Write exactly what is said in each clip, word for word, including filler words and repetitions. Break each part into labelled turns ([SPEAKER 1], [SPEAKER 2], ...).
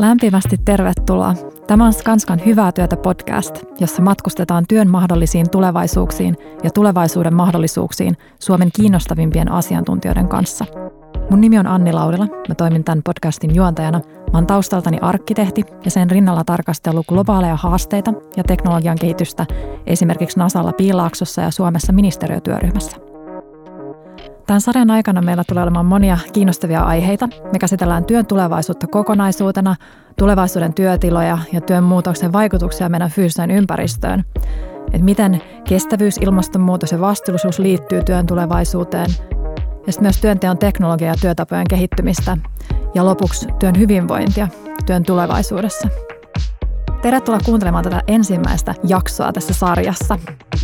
[SPEAKER 1] Lämpimästi tervetuloa. Tämä on Skanskan Hyvää työtä podcast, jossa matkustetaan työn mahdollisiin tulevaisuuksiin ja tulevaisuuden mahdollisuuksiin Suomen kiinnostavimpien asiantuntijoiden kanssa. Mun nimi on Anni Laurila. Mä toimin tämän podcastin juontajana. Mä oon taustaltani arkkitehti ja sen rinnalla tarkastellut globaaleja haasteita ja teknologian kehitystä esimerkiksi NASAlla Piilaaksossa ja Suomessa ministeriötyöryhmässä. Tämän sarjan aikana meillä tulee olemaan monia kiinnostavia aiheita. Me käsitellään työn tulevaisuutta kokonaisuutena, tulevaisuuden työtiloja ja työn muutoksen vaikutuksia meidän fyysiseen ympäristöön. Et miten kestävyys, ilmastonmuutos ja vastuullisuus liittyy työn tulevaisuuteen. Ja sitten myös työnteon teknologia ja työtapojen kehittymistä. Ja lopuksi työn hyvinvointia työn tulevaisuudessa. Tervetuloa kuuntelemaan tätä ensimmäistä jaksoa tässä sarjassa.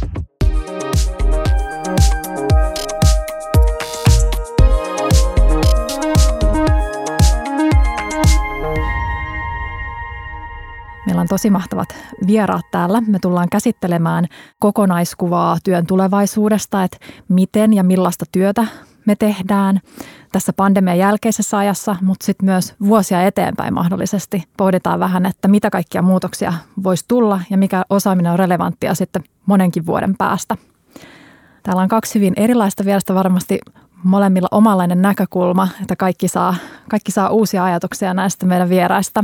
[SPEAKER 1] Meillä on tosi mahtavat vieraat täällä. Me tullaan käsittelemään kokonaiskuvaa työn tulevaisuudesta, että miten ja millaista työtä me tehdään tässä pandemian jälkeisessä ajassa, mutta sitten myös vuosia eteenpäin mahdollisesti. Pohditaan vähän, että mitä kaikkia muutoksia voisi tulla ja mikä osaaminen on relevanttia sitten monenkin vuoden päästä. Täällä on kaksi hyvin erilaista vierasta, varmasti molemmilla omanlainen näkökulma, että kaikki saa, kaikki saa uusia ajatuksia näistä meidän vieraista.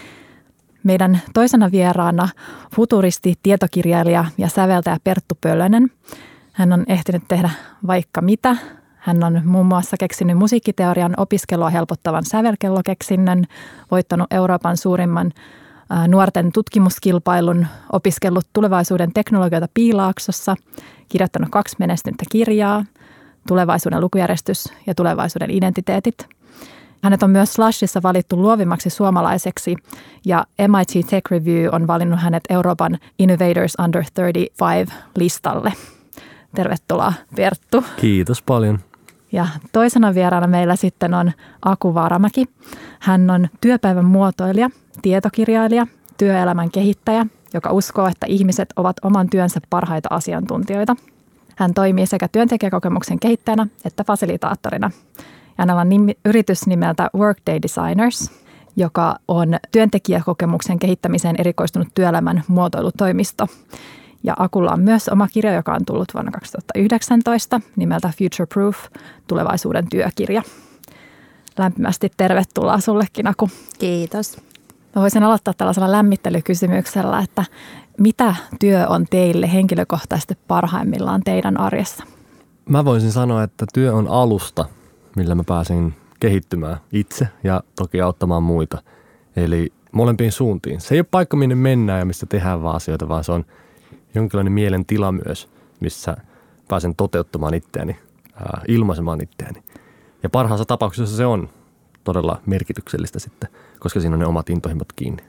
[SPEAKER 1] Meidän toisena vieraana futuristi, tietokirjailija ja säveltäjä Perttu Pölönen. Hän on ehtinyt tehdä vaikka mitä. Hän on muun muassa keksinyt musiikkiteorian opiskelua helpottavan sävelkellokeksinnön, voittanut Euroopan suurimman nuorten tutkimuskilpailun, opiskellut tulevaisuuden teknologioita Piilaaksossa, kirjoittanut kaksi menestynyttä kirjaa, tulevaisuuden lukujärjestys ja tulevaisuuden identiteetit. Hänet on myös Slashissa valittu luovimmaksi suomalaiseksi ja M I T Tech Review on valinnut hänet Euroopan Innovators Under kolmekymmentäviisi-listalle. Tervetuloa, Perttu.
[SPEAKER 2] Kiitos paljon.
[SPEAKER 1] Ja toisena vieraana meillä sitten on Aku Varamäki. Hän on työpäivän muotoilija, tietokirjailija, työelämän kehittäjä, joka uskoo, että ihmiset ovat oman työnsä parhaita asiantuntijoita. Hän toimii sekä työntekijäkokemuksen kehittäjänä että fasilitaattorina. Hänellä on nimi, yritys nimeltä Workday Designers, joka on työntekijäkokemuksen kehittämiseen erikoistunut työelämän muotoilutoimisto. Ja Akulla on myös oma kirja, joka on tullut vuonna kaksituhattayhdeksäntoista nimeltä Future Proof, tulevaisuuden työkirja. Lämpimästi tervetuloa sullekin, Aku.
[SPEAKER 3] Kiitos.
[SPEAKER 1] Mä voisin aloittaa tällaisella lämmittelykysymyksellä, että mitä työ on teille henkilökohtaisesti parhaimmillaan teidän arjessa?
[SPEAKER 2] Mä voisin sanoa, että työ on alusta, millä mä pääsin kehittymään itse ja toki auttamaan muita. Eli molempiin suuntiin. Se ei ole paikka, minne mennään ja missä tehdään vaan asioita, vaan se on jonkinlainen mielen tila myös, missä pääsen toteuttamaan itseäni, ää, ilmaisemaan itseäni. Ja parhaassa tapauksessa se on todella merkityksellistä sitten, koska siinä on ne omat intohimot kiinni.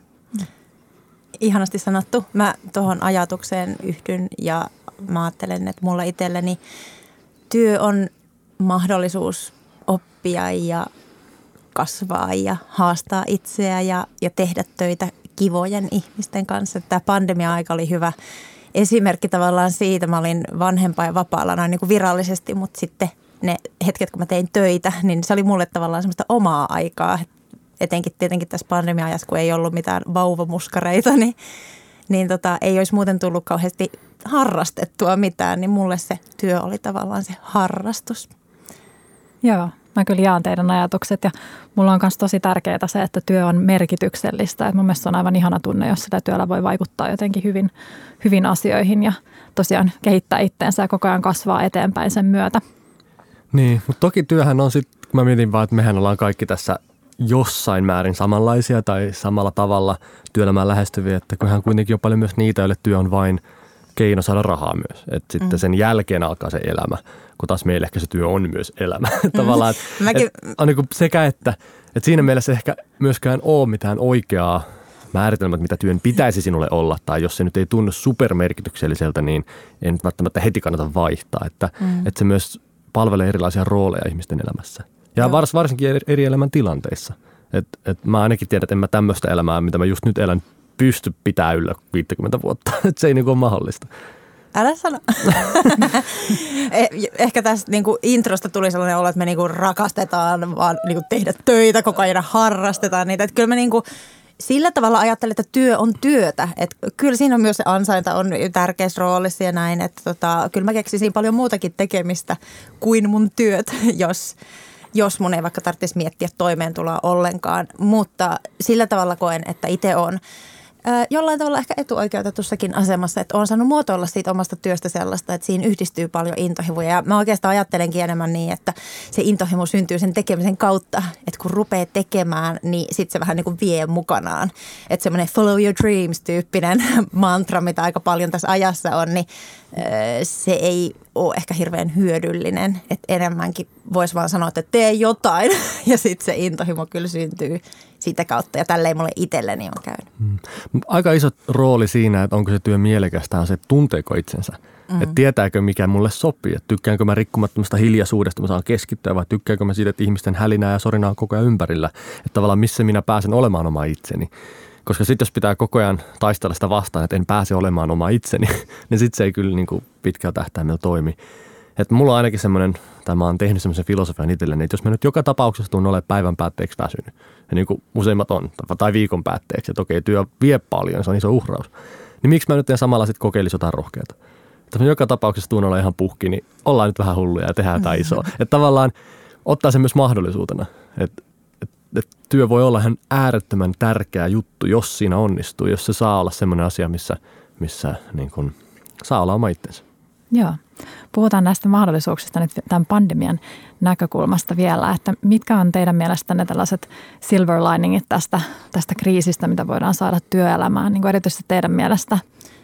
[SPEAKER 3] Ihanasti sanottu. Mä tuohon ajatukseen yhdyn ja mä ajattelen, että mulla itselleni työ on mahdollisuus oppia ja kasvaa ja haastaa itseä ja, ja tehdä töitä kivojen ihmisten kanssa. Tämä pandemia-aika oli hyvä esimerkki tavallaan siitä. Mä olin vanhempainvapaalla noin niin kuin virallisesti, mutta sitten ne hetket, kun mä tein töitä, niin se oli mulle tavallaan semmoista omaa aikaa. Etenkin tietenkin tässä pandemia-ajassa, kun ei ollut mitään vauvamuskareita, niin, niin tota, ei olisi muuten tullut kauheasti harrastettua mitään, niin mulle se työ oli tavallaan se harrastus.
[SPEAKER 1] Joo, mä kyllä jaan teidän ajatukset ja mulla on myös tosi tärkeää se, että työ on merkityksellistä. Et mun mielestä se on aivan ihana tunne, jos sitä työllä voi vaikuttaa jotenkin hyvin, hyvin asioihin ja tosiaan kehittää itteensä ja koko ajan kasvaa eteenpäin sen myötä.
[SPEAKER 2] Niin, mutta toki työhän on sitten, kun mä mietin vaan, että mehän ollaan kaikki tässä jossain määrin samanlaisia tai samalla tavalla työelämään lähestyviä, että kyllähän kuitenkin on paljon myös niitä, joille työ on vain keino saada rahaa myös. Että sitten mm. sen jälkeen alkaa se elämä, kun taas meillä ehkä se työ on myös elämä. Tavallaan, että
[SPEAKER 3] Mäkin...
[SPEAKER 2] et on niin kuin sekä että, että siinä mielessä ehkä myöskään ole mitään oikeaa määritelmää, mitä työn pitäisi sinulle olla. Tai jos se nyt ei tunnu supermerkitykselliseltä, niin ei nyt välttämättä heti kannata vaihtaa. Että, mm. että se myös palvelee erilaisia rooleja ihmisten elämässä. Ja vars, varsinkin eri elämän tilanteissa. Et, et mä ainakin tiedän, että en mä tämmöistä elämää, mitä mä just nyt elän, pysty pitää yllä viisikymmentä vuotta. Et se ei niin kuin ole mahdollista.
[SPEAKER 3] Älä sano. Ehkä tästä niinku introsta tuli sellainen olo, että me niinku rakastetaan vaan niinku tehdä töitä, koko ajan harrastetaan niitä. Että kyllä me niinku sillä tavalla ajattelen, että työ on työtä. Että kyllä siinä on myös se ansainta on tärkeässä roolissa ja näin. Että tota, kyllä mä keksisin paljon muutakin tekemistä kuin mun työt, jos, jos mun ei vaikka tarvitsisi miettiä toimeentuloa ollenkaan. Mutta sillä tavalla koen, että itse on jollain tavalla ehkä etuoikeutetussakin asemassa, että olen saanut muotoilla siitä omasta työstä sellaista, että siinä yhdistyy paljon intohimoja. Ja mä oikeastaan ajattelenkin enemmän niin, että se intohimo syntyy sen tekemisen kautta, että kun rupeaa tekemään, niin sitten se vähän niin kuin vie mukanaan. Että semmoinen follow your dreams-tyyppinen mantra, mitä aika paljon tässä ajassa on, niin se ei ole ehkä hirveän hyödyllinen. Että enemmänkin voisi vaan sanoa, että tee jotain ja sitten se intohimo kyllä syntyy sitä kautta. Ja tälleen mulle itselleni on käynyt. Hmm.
[SPEAKER 2] Aika iso rooli siinä, että onko se työ mielekästä, on se, että tunteeko itsensä. Mm-hmm. Että tietääkö, mikä mulle sopii. Että tykkäänkö mä rikkumattomasta hiljaisuudesta, mä saan keskittyä, vai tykkäänkö mä siitä, että ihmisten hälinää ja sorinaa on koko ajan ympärillä. Että tavallaan missä minä pääsen olemaan oma itseni. Koska sitten jos pitää koko ajan taistella sitä vastaan, että en pääse olemaan oma itseni, niin sitten se ei kyllä niin kuin pitkällä tähtäimellä toimi. Että mulla on ainakin semmoinen, tai mä oon tehnyt semmoisen filosofian itselleni, että jos mä nyt joka tapauksessa tuun olemaan päivän päätteeksi väsynyt, ja niin kuin useimmat on, tai viikon päätteeksi, että okei, työ vie paljon, se on iso uhraus, niin miksi mä nyt en samalla sitten kokeilisi jotain rohkeata? Että jos joka tapauksessa tuun olemaan ihan puhki, niin ollaan nyt vähän hulluja ja tehdään jotain isoa. Että tavallaan ottaa sen myös mahdollisuutena, että että työ voi olla ihan äärettömän tärkeä juttu, jos siinä onnistuu, jos se saa olla semmoinen asia, missä, missä niin kuin saa olla oma itsensä.
[SPEAKER 1] Joo. Puhutaan näistä mahdollisuuksista nyt tämän pandemian näkökulmasta vielä, että mitkä on teidän mielestänne tällaiset silver liningit tästä, tästä kriisistä, mitä voidaan saada työelämään, niin kuin erityisesti teidän mielestä?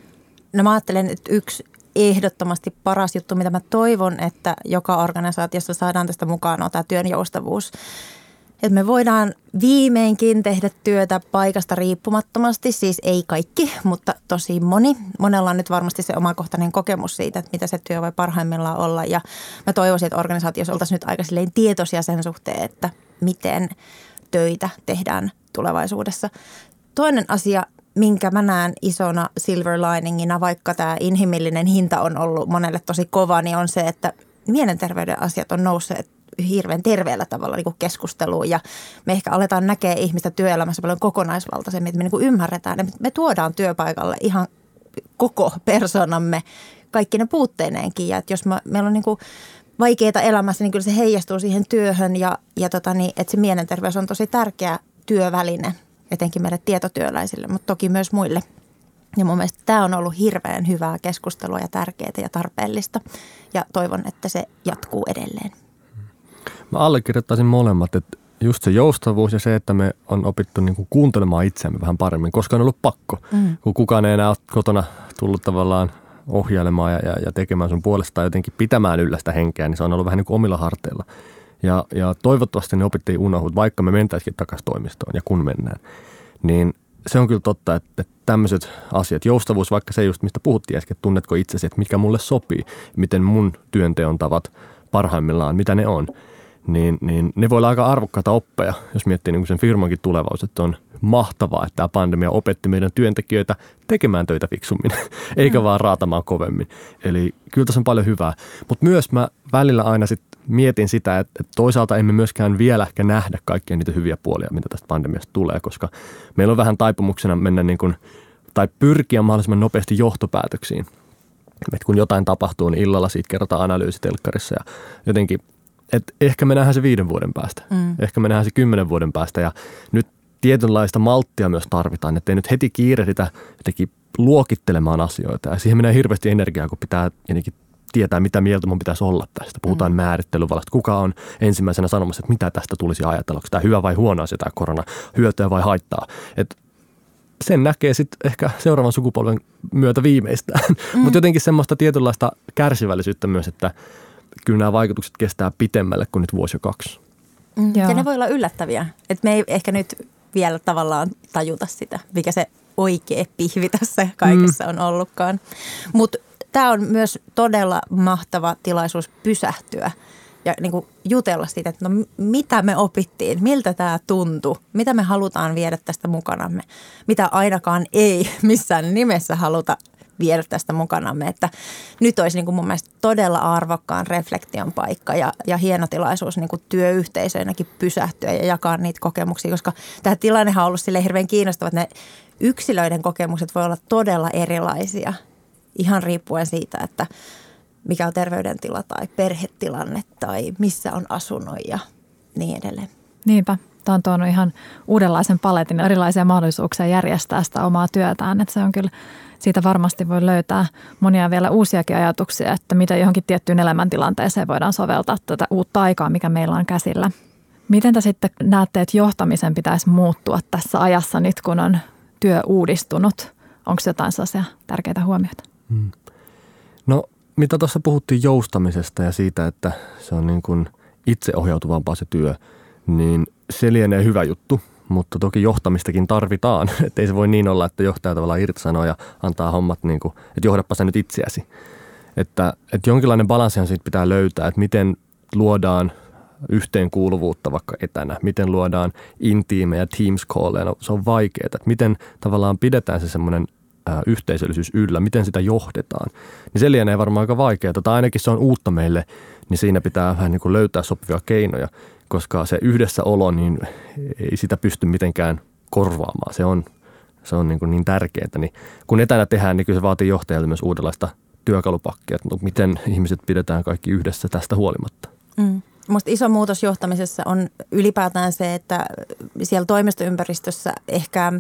[SPEAKER 3] No mä ajattelen, että yksi ehdottomasti paras juttu, mitä mä toivon, että joka organisaatiossa saadaan tästä mukaan, on tämä työn joustavuus. Että me voidaan viimeinkin tehdä työtä paikasta riippumattomasti, siis ei kaikki, mutta tosi moni. Monella on nyt varmasti se omakohtainen kokemus siitä, että mitä se työ voi parhaimmillaan olla. Ja mä toivoisin, että organisaatiossa oltaisiin nyt aika silleen tietoisia sen suhteen, että miten töitä tehdään tulevaisuudessa. Toinen asia, minkä mä näen isona silver liningina, vaikka tämä inhimillinen hinta on ollut monelle tosi kova, niin on se, että mielenterveyden asiat on nousseet hirveän terveellä tavalla niin kuin keskusteluun ja me ehkä aletaan näkeä ihmistä työelämässä paljon kokonaisvaltaisemmin, että me niin kuin ymmärretään, että me tuodaan työpaikalle ihan koko persoonamme kaikki ne puutteineenkin ja että jos me, meillä on niin kuin vaikeita elämässä, niin kyllä se heijastuu siihen työhön ja, ja tota niin, että se mielenterveys on tosi tärkeä työväline, etenkin meille tietotyöläisille, mutta toki myös muille. Ja mun mielestä tämä on ollut hirveän hyvää keskustelua ja tärkeää ja tarpeellista ja toivon, että se jatkuu edelleen.
[SPEAKER 2] Mä allekirjoittaisin molemmat, että just se joustavuus ja se, että me on opittu niin kuin kuuntelemaan itseämme vähän paremmin, koska on ollut pakko. Mm. Kun kukaan ei enää ole kotona tullut tavallaan ohjailemaan ja, ja, ja tekemään sun puolestaan jotenkin pitämään yllä sitä henkeä, niin se on ollut vähän niin kuin omilla harteilla. Ja, ja toivottavasti ne opittiin unohdut, vaikka me mentäisikin takaisin toimistoon ja kun mennään. Niin se on kyllä totta, että, että tämmöiset asiat, joustavuus, vaikka se just mistä puhuttiin äsken, että tunnetko itsesi, että mikä mulle sopii, miten mun työnteon tavat parhaimmillaan, mitä ne on. Niin, niin ne voi olla aika arvokkaita oppeja, jos miettii niin kuin sen firmankin tulevaisuus, että on mahtavaa, että tämä pandemia opetti meidän työntekijöitä tekemään töitä fiksummin, eikä vaan raatamaan kovemmin. Eli kyllä tässä on paljon hyvää, mutta myös mä välillä aina sit mietin sitä, että toisaalta emme myöskään vielä ehkä nähdä kaikkia niitä hyviä puolia, mitä tästä pandemiasta tulee, koska meillä on vähän taipumuksena mennä niin kuin, tai pyrkiä mahdollisimman nopeasti johtopäätöksiin. Et kun jotain tapahtuu, niin illalla siitä kerrotaan analyysitelkkarissa ja jotenkin että ehkä me nähdään se viiden vuoden päästä, mm. ehkä me nähdään se kymmenen vuoden päästä ja nyt tietynlaista malttia myös tarvitaan, että ei nyt heti kiirehditä jotenkin luokittelemaan asioita ja siihen menee hirveästi energiaa, kun pitää jotenkin tietää, mitä mieltä mun pitäisi olla tästä. Puhutaan mm. määrittelyvallasta. Kuka on ensimmäisenä sanomassa, että mitä tästä tulisi ajatella, onko tämä hyvä vai huono asia tämä korona, hyötyä vai haittaa. Et sen näkee sitten ehkä seuraavan sukupolven myötä viimeistään, mm. mutta jotenkin semmoista tietynlaista kärsivällisyyttä myös, että kyllä nämä vaikutukset kestää pitemmälle kuin nyt vuosi ja kaksi.
[SPEAKER 3] Mm, ja ne voi olla yllättäviä. Että me ei ehkä nyt vielä tavallaan tajuta sitä, mikä se oikea pihvi tässä kaikessa mm. on ollutkaan. Mutta tämä on myös todella mahtava tilaisuus pysähtyä ja niin kuin jutella siitä, että no mitä me opittiin, miltä tämä tuntui, mitä me halutaan viedä tästä mukanamme, mitä ainakaan ei missään nimessä haluta viedä tästä mukanamme. Että nyt olisi niin kuin mun mielestä todella arvokkaan reflektion paikka ja, ja hieno tilaisuus niin kuin työyhteisöinäkin pysähtyä ja jakaa niitä kokemuksia, koska tämä tilannehan on ollut silleen hirveän kiinnostava, että ne yksilöiden kokemukset voi olla todella erilaisia ihan riippuen siitä, että mikä on terveydentila tai perhetilanne tai missä on asunut ja niin edelleen.
[SPEAKER 1] Niinpä. Tämä on tuonut ihan uudenlaisen paletin, erilaisia mahdollisuuksia järjestää sitä omaa työtään. Että se on kyllä, siitä varmasti voi löytää monia vielä uusiakin ajatuksia, että miten johonkin tiettyyn elämäntilanteeseen voidaan soveltaa tätä uutta aikaa, mikä meillä on käsillä. Miten te sitten näette, että johtamisen pitäisi muuttua tässä ajassa nyt, kun on työ uudistunut? Onko jotain sellaisia tärkeitä huomioita?
[SPEAKER 2] Hmm. No, mitä tuossa puhuttiin joustamisesta ja siitä, että se on niin kuin itseohjautuvampaa se työ, niin se lienee hyvä juttu, mutta toki johtamistakin tarvitaan. Että ei se voi niin olla, että johtaja tavallaan irtisanoo ja antaa hommat niin kuin, että johdappa sä nyt itseäsi. Että, että jonkinlainen balanssihan siitä pitää löytää, että miten luodaan yhteenkuuluvuutta vaikka etänä, miten luodaan intiimejä Teams calleja, no, se on vaikeaa, että miten tavallaan pidetään se semmoinen ä, yhteisöllisyys yllä, miten sitä johdetaan. Niin se lienee varmaan aika vaikeaa, tai ainakin se on uutta meille, niin siinä pitää vähän niin kuin löytää sopivia keinoja, koska se yhdessäolo, niin ei sitä pysty mitenkään korvaamaan. Se on, se on niin, kuin niin tärkeää. Niin kun etänä tehdään, niin kyllä se vaatii johtajalta myös uudenlaista työkalupakkia, että miten ihmiset pidetään kaikki yhdessä tästä huolimatta.
[SPEAKER 3] Mm. Minusta iso muutos johtamisessa on ylipäätään se, että siellä toimistoympäristössä ehkä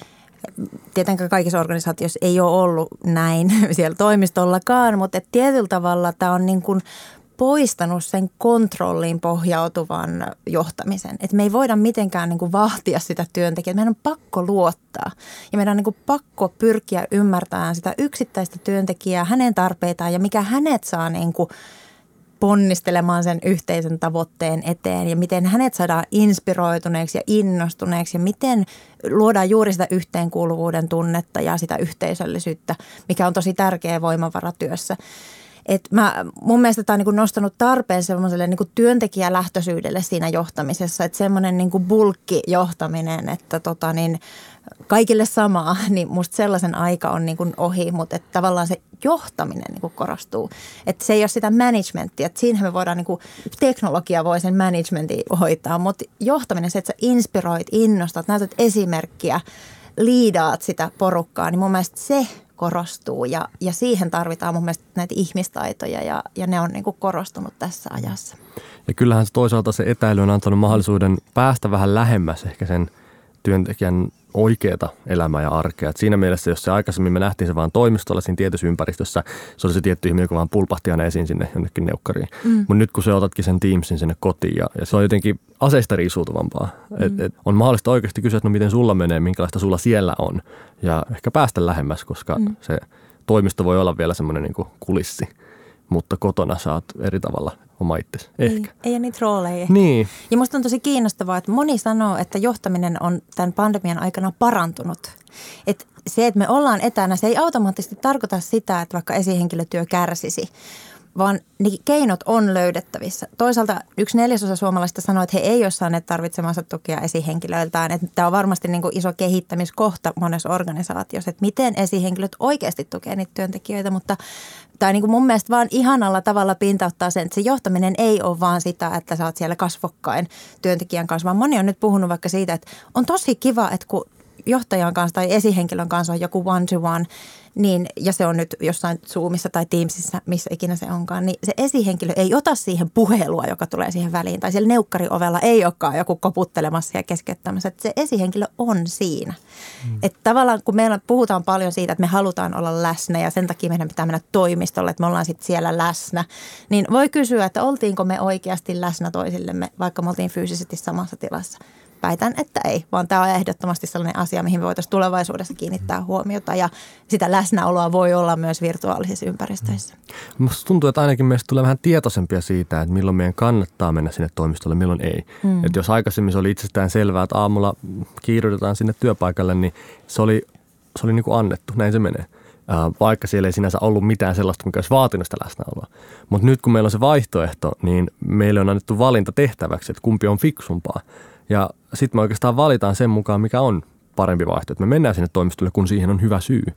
[SPEAKER 3] tietenkään kaikissa organisaatioissa ei ole ollut näin siellä toimistollakaan, mutta et tietyllä tavalla tämä on niin kuin poistanut sen kontrolliin pohjautuvan johtamisen. Että me ei voida mitenkään niin kuin vahtia sitä työntekijää. Meidän on pakko luottaa ja meidän on niin kuin pakko pyrkiä ymmärtämään sitä yksittäistä työntekijää, hänen tarpeitaan ja mikä hänet saa niin kuin ponnistelemaan sen yhteisen tavoitteen eteen ja miten hänet saadaan inspiroituneeksi ja innostuneeksi ja miten luodaan juuri sitä yhteenkuuluvuuden tunnetta ja sitä yhteisöllisyyttä, mikä on tosi tärkeä voimavara työssä. Et mä, mun mielestä tämä on niinku nostanut tarpeen semmoiselle niinku työntekijälähtöisyydelle siinä johtamisessa, että semmoinen niinku bulkkijohtaminen, että tota niin, kaikille samaa, niin musta sellaisen aika on niinku ohi, mutta että tavallaan se johtaminen niinku korostuu. Että se ei ole sitä managementtia, että siinähän me voidaan, niinku, teknologia voi sen managementin hoitaa, mutta johtaminen se, että sä inspiroit, innostat, näytät esimerkkiä, liidaat sitä porukkaa, niin mun mielestä se korostuu ja, ja siihen tarvitaan mun mielestä näitä ihmistaitoja ja, ja ne on niin kuin korostunut tässä ajassa. Ja
[SPEAKER 2] kyllähän se toisaalta se etäily on antanut mahdollisuuden päästä vähän lähemmäs ehkä sen työntekijän oikeata elämää ja arkea. Et siinä mielessä, jos se aikaisemmin me nähtiin se vaan toimistolla siinä tietyssä ympäristössä, se oli se tietty ihminen, joka vaan pulpahti aina esiin sinne jonnekin neukkariin. Mm. Mutta nyt kun se otatkin sen Teamsin sinne kotiin ja, ja se on jotenkin aseista riisuutuvampaa. Mm. Et, et on mahdollista oikeasti kysyä, että no miten sulla menee, minkälaista sulla siellä on ja ehkä päästä lähemmäs, koska mm. se toimisto voi olla vielä semmoinen niin kuin kulissi. Mutta kotona saat eri tavalla oma itsesi. Ehkä.
[SPEAKER 3] Ei, ei ole niitä rooleja.
[SPEAKER 2] Niin.
[SPEAKER 3] Ja musta on tosi kiinnostavaa, että moni sanoo, että johtaminen on tämän pandemian aikana parantunut. Että se, että me ollaan etänä, se ei automaattisesti tarkoita sitä, että vaikka esihenkilötyö kärsisi, vaan ne keinot on löydettävissä. Toisaalta yksi neljäsosa suomalaisista sanoo, että he ei ole saaneet tarvitsemansa tukea esihenkilöiltään. Että tämä on varmasti niin kuin iso kehittämiskohta monessa organisaatiossa, että miten esihenkilöt oikeasti tukee niitä työntekijöitä, mutta tai niin kuin mun mielestä vaan ihanalla tavalla pintauttaa sen, että se johtaminen ei ole vaan sitä, että sä oot siellä kasvokkain työntekijän kanssa, vaan moni on nyt puhunut vaikka siitä, että on tosi kiva, että kun johtajan kanssa tai esihenkilön kanssa on joku one-to-one, niin, ja se on nyt jossain Zoomissa tai Teamsissa, missä ikinä se onkaan, niin se esihenkilö ei ota siihen puhelua, joka tulee siihen väliin. Tai siellä neukkariovella ei olekaan joku koputtelemassa ja keskeyttämässä, että se esihenkilö on siinä. Mm. Että tavallaan kun meillä puhutaan paljon siitä, että me halutaan olla läsnä ja sen takia meidän pitää mennä toimistolle, että me ollaan sitten siellä läsnä, niin voi kysyä, että oltiinko me oikeasti läsnä toisillemme, vaikka me oltiin fyysisesti samassa tilassa. Väitän, että ei, vaan tämä on ehdottomasti sellainen asia, mihin me voitaisiin tulevaisuudessa kiinnittää huomiota ja sitä läsnäoloa voi olla myös virtuaalisissa ympäristöissä.
[SPEAKER 2] Musta tuntuu, että ainakin meistä tulee vähän tietoisempia siitä, että milloin meidän kannattaa mennä sinne toimistolle, milloin ei. Mm. Että jos aikaisemmin se oli itsestään selvää, että aamulla kiiruudetaan sinne työpaikalle, niin se oli, se oli niin kuin annettu, näin se menee. Vaikka siellä ei sinänsä ollut mitään sellaista, mikä olisi vaatinut sitä läsnäoloa. Mutta nyt kun meillä on se vaihtoehto, niin meille on annettu valinta tehtäväksi, että kumpi on fiksumpaa. Ja sitten me oikeastaan valitaan sen mukaan, mikä on parempi vaihtoehto. Me mennään sinne toimistolle, kun siihen on hyvä syy.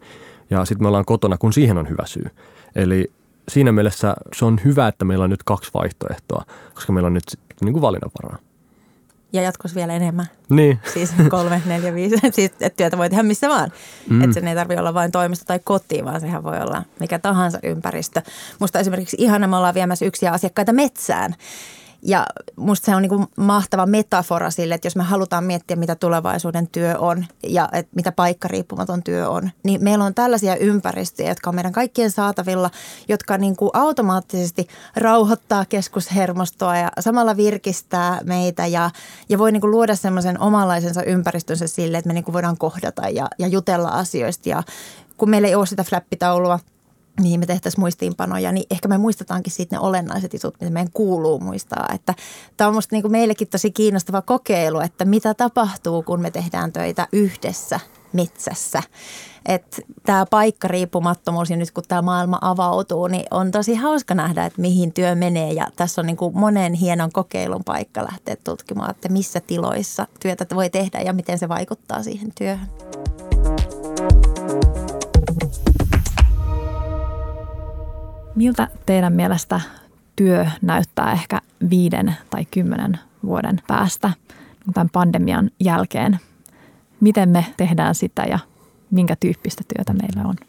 [SPEAKER 2] Ja sitten me ollaan kotona, kun siihen on hyvä syy. Eli siinä mielessä se on hyvä, että meillä on nyt kaksi vaihtoehtoa, koska meillä on nyt niin kuin valinnanvaraa.
[SPEAKER 3] Ja jatkossa vielä enemmän.
[SPEAKER 2] Niin.
[SPEAKER 3] Siis kolme, neljä, viisi. Siis, että työtä voi tehdä missä vaan. Mm. Että sen ei tarvitse olla vain toimisto tai koti, vaan sehän voi olla mikä tahansa ympäristö. Musta esimerkiksi ihana, me ollaan viemässä yksiä asiakkaita metsään. Ja musta se on niin kuin mahtava metafora sille, että jos me halutaan miettiä, mitä tulevaisuuden työ on ja että mitä paikkariippumaton työ on, niin meillä on tällaisia ympäristöjä, jotka on meidän kaikkien saatavilla, jotka niin kuin automaattisesti rauhoittaa keskushermostoa ja samalla virkistää meitä ja, ja voi niin kuin luoda semmoisen omanlaisensa ympäristönsä sille, että me niin kuin voidaan kohdata ja, ja jutella asioista. Ja kun meillä ei ole sitä flappitaulua, mihin me tehtäisiin muistiinpanoja, niin ehkä me muistetaankin siitä ne olennaiset jutut, mitä meidän kuuluu muistaa. Että tämä on musta niin kuin meillekin tosi kiinnostava kokeilu, että mitä tapahtuu, kun me tehdään töitä yhdessä metsässä. Että tämä paikkariippumattomuus ja nyt kun tämä maailma avautuu, niin on tosi hauska nähdä, että mihin työ menee. Ja tässä on niin kuin monen hienon kokeilun paikka lähteä tutkimaan, että missä tiloissa työtä voi tehdä ja miten se vaikuttaa siihen työhön.
[SPEAKER 1] Miltä teidän mielestä työ näyttää ehkä viiden tai kymmenen vuoden päästä tämän pandemian jälkeen? Miten me tehdään sitä ja minkä tyyppistä työtä meillä on?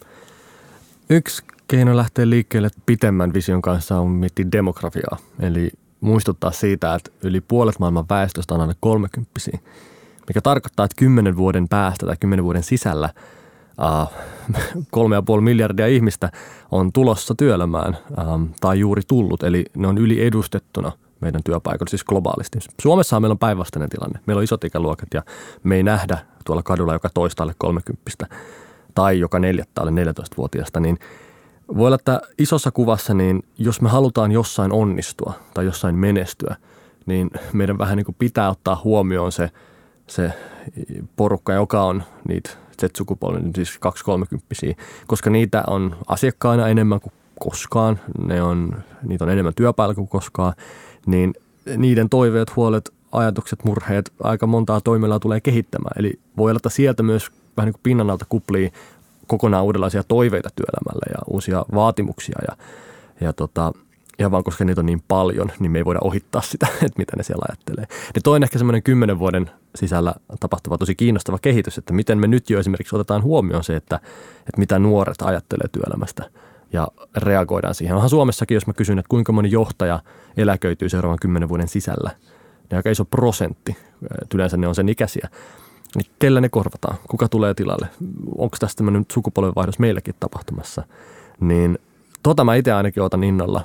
[SPEAKER 2] Yksi keino lähteä liikkeelle pitemmän vision kanssa on miettiä demografiaa. Eli muistuttaa siitä, että yli puolet maailman väestöstä on alle kolmekymppisiä, mikä tarkoittaa, että kymmenen vuoden päästä tai kymmenen vuoden sisällä Uh, kolme ja puoli miljardia ihmistä on tulossa työelämään um, tai juuri tullut, eli ne on yliedustettuna meidän työpaikoilla, siis globaalisti. Suomessa meillä on päinvastainen tilanne. Meillä on isot ikäluokat ja me ei nähdä tuolla kadulla joka toista alle kolmekymppistä tai joka neljättä alle neljätoistavuotiaasta, niin voi olla, että isossa kuvassa, niin jos me halutaan jossain onnistua tai jossain menestyä, niin meidän vähän niin kuin pitää ottaa huomioon se, se porukka, joka on niitä Z-sukupolven, siis kaksi-kolmekymppisiä, koska niitä on asiakkaina enemmän kuin koskaan, ne on, niitä on enemmän työpaikalla kuin koskaan, niin niiden toiveet, huolet, ajatukset, murheet, aika montaa toimialaa tulee kehittämään. Eli voi olla, että sieltä myös vähän niin kuin pinnan alta kuplii kokonaan uudenlaisia toiveita työelämälle ja uusia vaatimuksia ja, ja tota, ja vaan koska niitä on niin paljon, niin me ei voida ohittaa sitä, että mitä ne siellä ajattelee. Ja toinen ehkä semmoinen kymmenen vuoden sisällä tapahtuva tosi kiinnostava kehitys, että miten me nyt jo esimerkiksi otetaan huomioon se, että, että mitä nuoret ajattelee työelämästä ja reagoidaan siihen. Onhan Suomessakin, jos mä kysyn, että kuinka moni johtaja eläköityy seuraavan kymmenen vuoden sisällä, niin aika iso prosentti, yleensä ne on sen ikäisiä, niin kellä ne korvataan? Kuka tulee tilalle? Onko tästä tämmöinen sukupolvenvaihdos meilläkin tapahtumassa? Niin Tota mä itse ainakin otan innolla.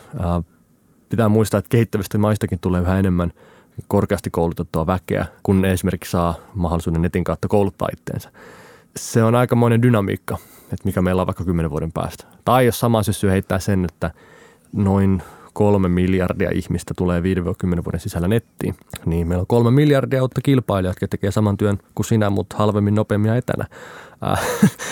[SPEAKER 2] Pitää muistaa, että kehittävistä maistakin tulee yhä enemmän korkeasti koulutettua väkeä, kun ne esimerkiksi saa mahdollisuuden netin kautta kouluttaa itteensä. Se on aikamoinen dynamiikka, että mikä meillä on vaikka kymmenen vuoden päästä. Tai jos sama syssy heittää sen, että noin kolme miljardia ihmistä tulee viiden kymmenen vuoden sisällä nettiin, niin meillä on kolme miljardia uutta kilpailijaa, jotka tekee saman työn kuin sinä, mutta halvemmin, nopeammin ja etänä. Äh,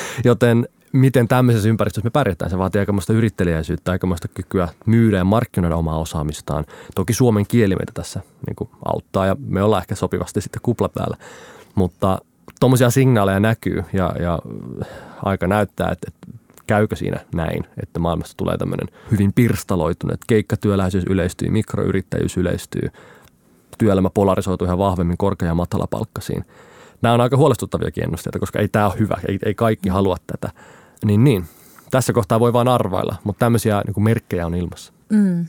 [SPEAKER 2] joten miten tämmöisessä ympäristössä me pärjätään? Se vaatii aikamoista yrittelijäisyyttä, aikamoista kykyä myydä ja markkinoida omaa osaamistaan. Toki suomen kieli meitä tässä niin kuin auttaa ja me ollaan ehkä sopivasti sitten kupla päällä, mutta tuommoisia signaaleja näkyy ja, ja aika näyttää, että, että käykö siinä näin, että maailmasta tulee tämmöinen hyvin pirstaloitunut, että keikkatyöläisyys yleistyy, mikroyrittäjyys yleistyy, työelämä polarisoituu ihan vahvemmin korkea- ja matalapalkkasiin. Nämä on aika huolestuttaviakin ennusteita, koska ei tämä ole hyvä, ei, ei kaikki halua tätä. Niin niin, tässä kohtaa voi vaan arvailla, mutta tämmöisiä niin kuin merkkejä on ilmassa.
[SPEAKER 3] Mm.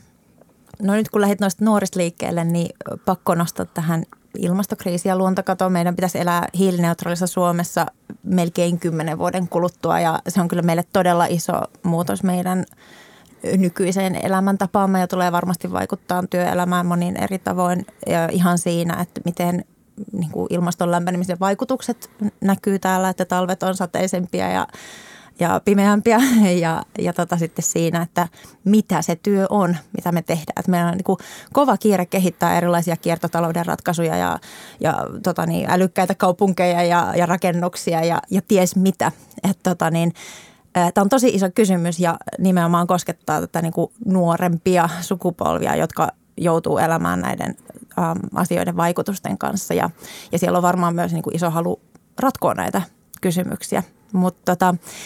[SPEAKER 3] No nyt kun lähdit noista nuorista liikkeelle, niin pakko nostaa tähän ilmastokriisi ja luontokato. Meidän pitäisi elää hiilineutraalissa Suomessa melkein kymmenen vuoden kuluttua ja se on kyllä meille todella iso muutos meidän nykyiseen elämäntapaamme ja tulee varmasti vaikuttaa työelämään monin eri tavoin ja ihan siinä, että miten niin kuin ilmaston lämpenemisen vaikutukset näkyy täällä, että talvet on sateisempia ja, ja pimeämpiä ja, ja tota sitten siinä, että mitä se työ on, mitä me tehdään. Että meillä on niin kuin kova kiire kehittää erilaisia kiertotalouden ratkaisuja ja, ja tota niin, älykkäitä kaupunkeja ja, ja rakennuksia ja, ja ties mitä. Että tota niin, tämä on tosi iso kysymys ja nimenomaan koskettaa tätä niin kuin nuorempia sukupolvia, jotka joutuu elämään näiden äm, asioiden vaikutusten kanssa ja, ja siellä on varmaan myös niin kuin iso halu ratkoa näitä kysymyksiä. Mutta tota,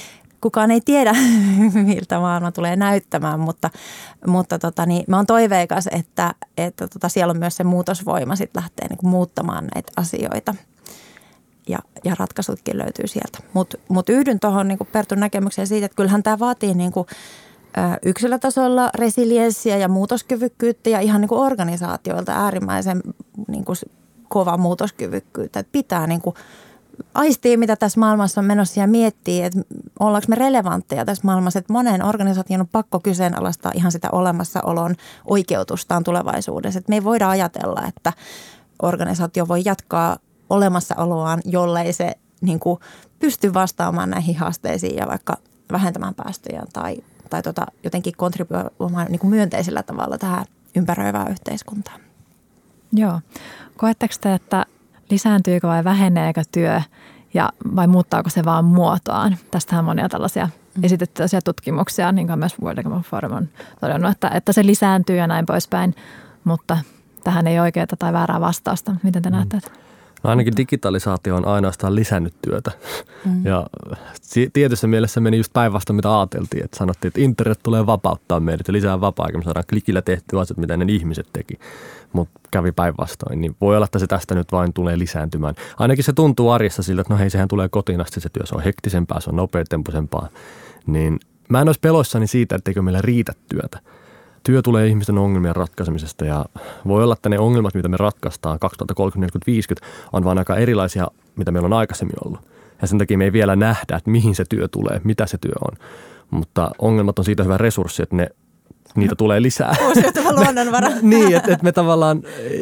[SPEAKER 3] kukaan ei tiedä, miltä maailma tulee näyttämään, mutta, mutta tota, niin, mä oon toiveikas, että, että tota, siellä on myös se muutosvoima sit lähtee niin kuin muuttamaan näitä asioita. Ja, ja ratkaisutkin löytyy sieltä. Mutta mut yhdyn tuohon niin Pertun näkemykseen siitä, että kyllähän tämä vaatii niin kuin, ä, yksilötasolla resilienssiä ja muutoskyvykkyyttä ja ihan niin kuin organisaatioilta äärimmäisen niin kuin kova muutoskyvykkyyttä. Et pitää niin kuin aistia, mitä tässä maailmassa on menossa ja miettii, että ollaanko me relevantteja tässä maailmassa. Että monen organisaation on pakko kyseenalaistaa ihan sitä olemassaolon oikeutustaan tulevaisuudessa. Et me ei voida ajatella, että organisaatio voi jatkaa olemassaoloaan, jollei se niin kuin pysty vastaamaan näihin haasteisiin ja vaikka vähentämään päästöjä tai, tai tota, jotenkin kontribuoimaan niin kuin myönteisellä tavalla tähän ympäröivään yhteiskuntaan.
[SPEAKER 1] Joo. Koetteko te, että lisääntyykö vai väheneekö työ ja vai muuttaako se vaan muotoaan? Tästähän on monia tällaisia mm. esitettyjä tutkimuksia, niin kuin myös World Economic Forum on todennut, että, että se lisääntyy ja näin poispäin, mutta tähän ei oikeaa tai väärää vastausta. Miten te mm. näette?
[SPEAKER 2] No ainakin digitalisaatio on ainoastaan lisännyt työtä. Mm. Ja tietyssä mielessä meni just päinvastoin, mitä ajateltiin. Että sanottiin, että internet tulee vapauttaa meidät ja lisää vapaa-aikaa. Me saadaan klikillä tehtyä asiat, mitä ne ihmiset teki. Mutta kävi päinvastoin. Niin voi olla, että se tästä nyt vain tulee lisääntymään. Ainakin se tuntuu arjessa siltä, että no hei, sehän tulee kotiin asti se työ. Se on hektisempää, se on nopeatempoisempaa. Niin mä en olisi peloissani siitä, etteikö meillä riitä työtä. Työ tulee ihmisten ongelmien ratkaisemisesta ja voi olla, että ne ongelmat, mitä me ratkaistaan kaksituhattakolmekymmentä neljäkymmentä viisikymmentä, on vaan aika erilaisia, mitä meillä on aikaisemmin ollut. Ja sen takia me ei vielä nähdä, että mihin se työ tulee, mitä se työ on. Mutta ongelmat on siitä hyvä resurssi, että ne, niitä tulee lisää.
[SPEAKER 3] Uusiutuva luonnonvara.
[SPEAKER 2] Niin, että, että me tavallaan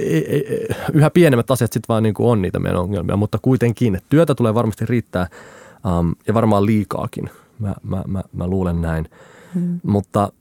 [SPEAKER 2] yhä pienemmät asiat sitten vaan niin kuin on niitä meidän ongelmia, mutta kuitenkin, että työtä tulee varmasti riittää um, ja varmaan liikaakin. Mä, mä, mä, mä luulen näin. Hmm. Mutta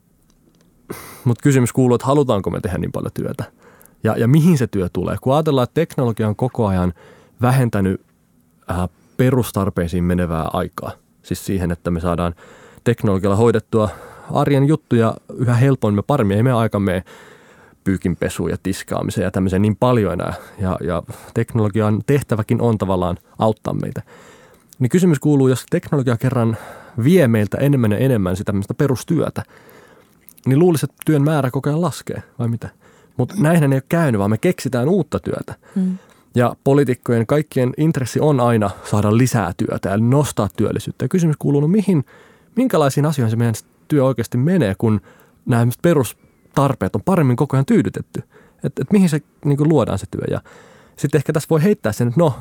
[SPEAKER 2] Mutta kysymys kuuluu, että halutaanko me tehdä niin paljon työtä ja, ja mihin se työ tulee. Kun ajatellaan, että teknologia on koko ajan vähentänyt äh, perustarpeisiin menevää aikaa. Siis siihen, että me saadaan teknologialla hoidettua arjen juttuja yhä helpommin ja paremmin. Ei me aika mene pyykinpesuun ja tiskaamiseen ja tämmöiseen niin paljon enää. Ja, ja teknologian tehtäväkin on tavallaan auttaa meitä. Niin kysymys kuuluu, jos teknologia kerran vie meiltä enemmän ja enemmän sitä perustyötä, niin luulisi, että työn määrä koko ajan laskee, vai mitä? Mutta näinhän ei ole käynyt, vaan me keksitään uutta työtä. Mm. Ja poliitikkojen kaikkien intressi on aina saada lisää työtä ja nostaa työllisyyttä. Ja kysymys kuuluu, no mihin, minkälaisiin asioihin se meidän työ oikeasti menee, kun nämä perustarpeet on paremmin koko ajan tyydytetty. Että et mihin se niin kuin luodaan se työ. Ja sitten ehkä tässä voi heittää sen, että no,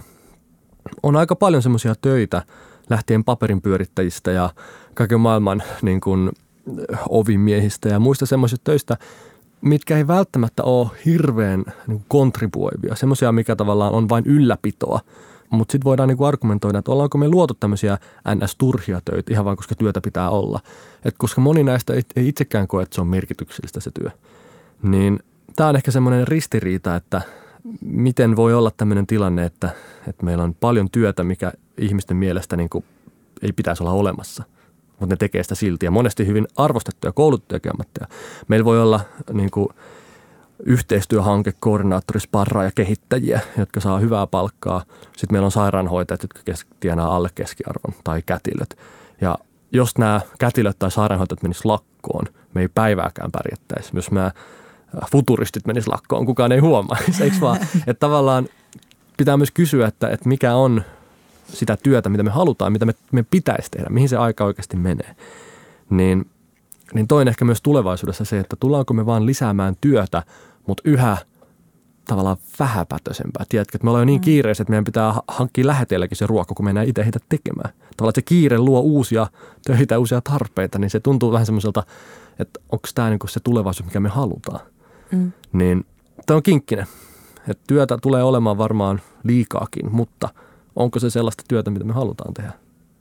[SPEAKER 2] on aika paljon semmoisia töitä, lähtien paperin pyörittäjistä ja kaiken maailman niin kuin ovimiehistä ja muista semmoisista töistä, mitkä ei välttämättä ole hirveän niin kontribuoivia. Semmoisia, mikä tavallaan on vain ylläpitoa. Mutta sitten voidaan niin argumentoida, että ollaanko me luotu tämmöisiä N S-turhia töitä ihan vaan, koska työtä pitää olla. Et koska moni näistä ei itsekään koe, että se on merkityksellistä se työ. Niin tämä on ehkä semmoinen ristiriita, että miten voi olla tämmöinen tilanne, että, että meillä on paljon työtä, mikä ihmisten mielestä niin kuin ei pitäisi olla olemassa. Mutta ne tekee sitä silti ja monesti hyvin arvostettuja, koulutettuja ammatteja. Meillä voi olla niin kuin yhteistyöhanke, koordinaattori, sparraa ja kehittäjiä, jotka saa hyvää palkkaa. Sitten meillä on sairaanhoitajat, jotka tienaa alle keskiarvon tai kätilöt. Ja jos nämä kätilöt tai sairaanhoitajat menis lakkoon, me ei päivääkään pärjättäisi. Jos nämä futuristit menis lakkoon, kukaan ei huomaisi, eikö vaan? Että tavallaan pitää myös kysyä, että, että mikä on sitä työtä, mitä me halutaan, mitä me, me pitäisi tehdä, mihin se aika oikeasti menee. Niin, niin toinen ehkä myös tulevaisuudessa se, että tullaanko me vaan lisäämään työtä, mutta yhä tavallaan vähäpätöisempää. Tiedätkö, että me ollaan jo niin kiireisiä, että meidän pitää hankkia läheteelläkin se ruoka, kun me enää itse heitä tekemään. Tavallaan se kiire luo uusia töitä, uusia tarpeita, niin se tuntuu vähän semmoiselta, että onko tämä niinku se tulevaisuus, mikä me halutaan. Mm. Niin tämä on kinkkinen. Että työtä tulee olemaan varmaan liikaakin, mutta onko se sellaista työtä, mitä me halutaan tehdä?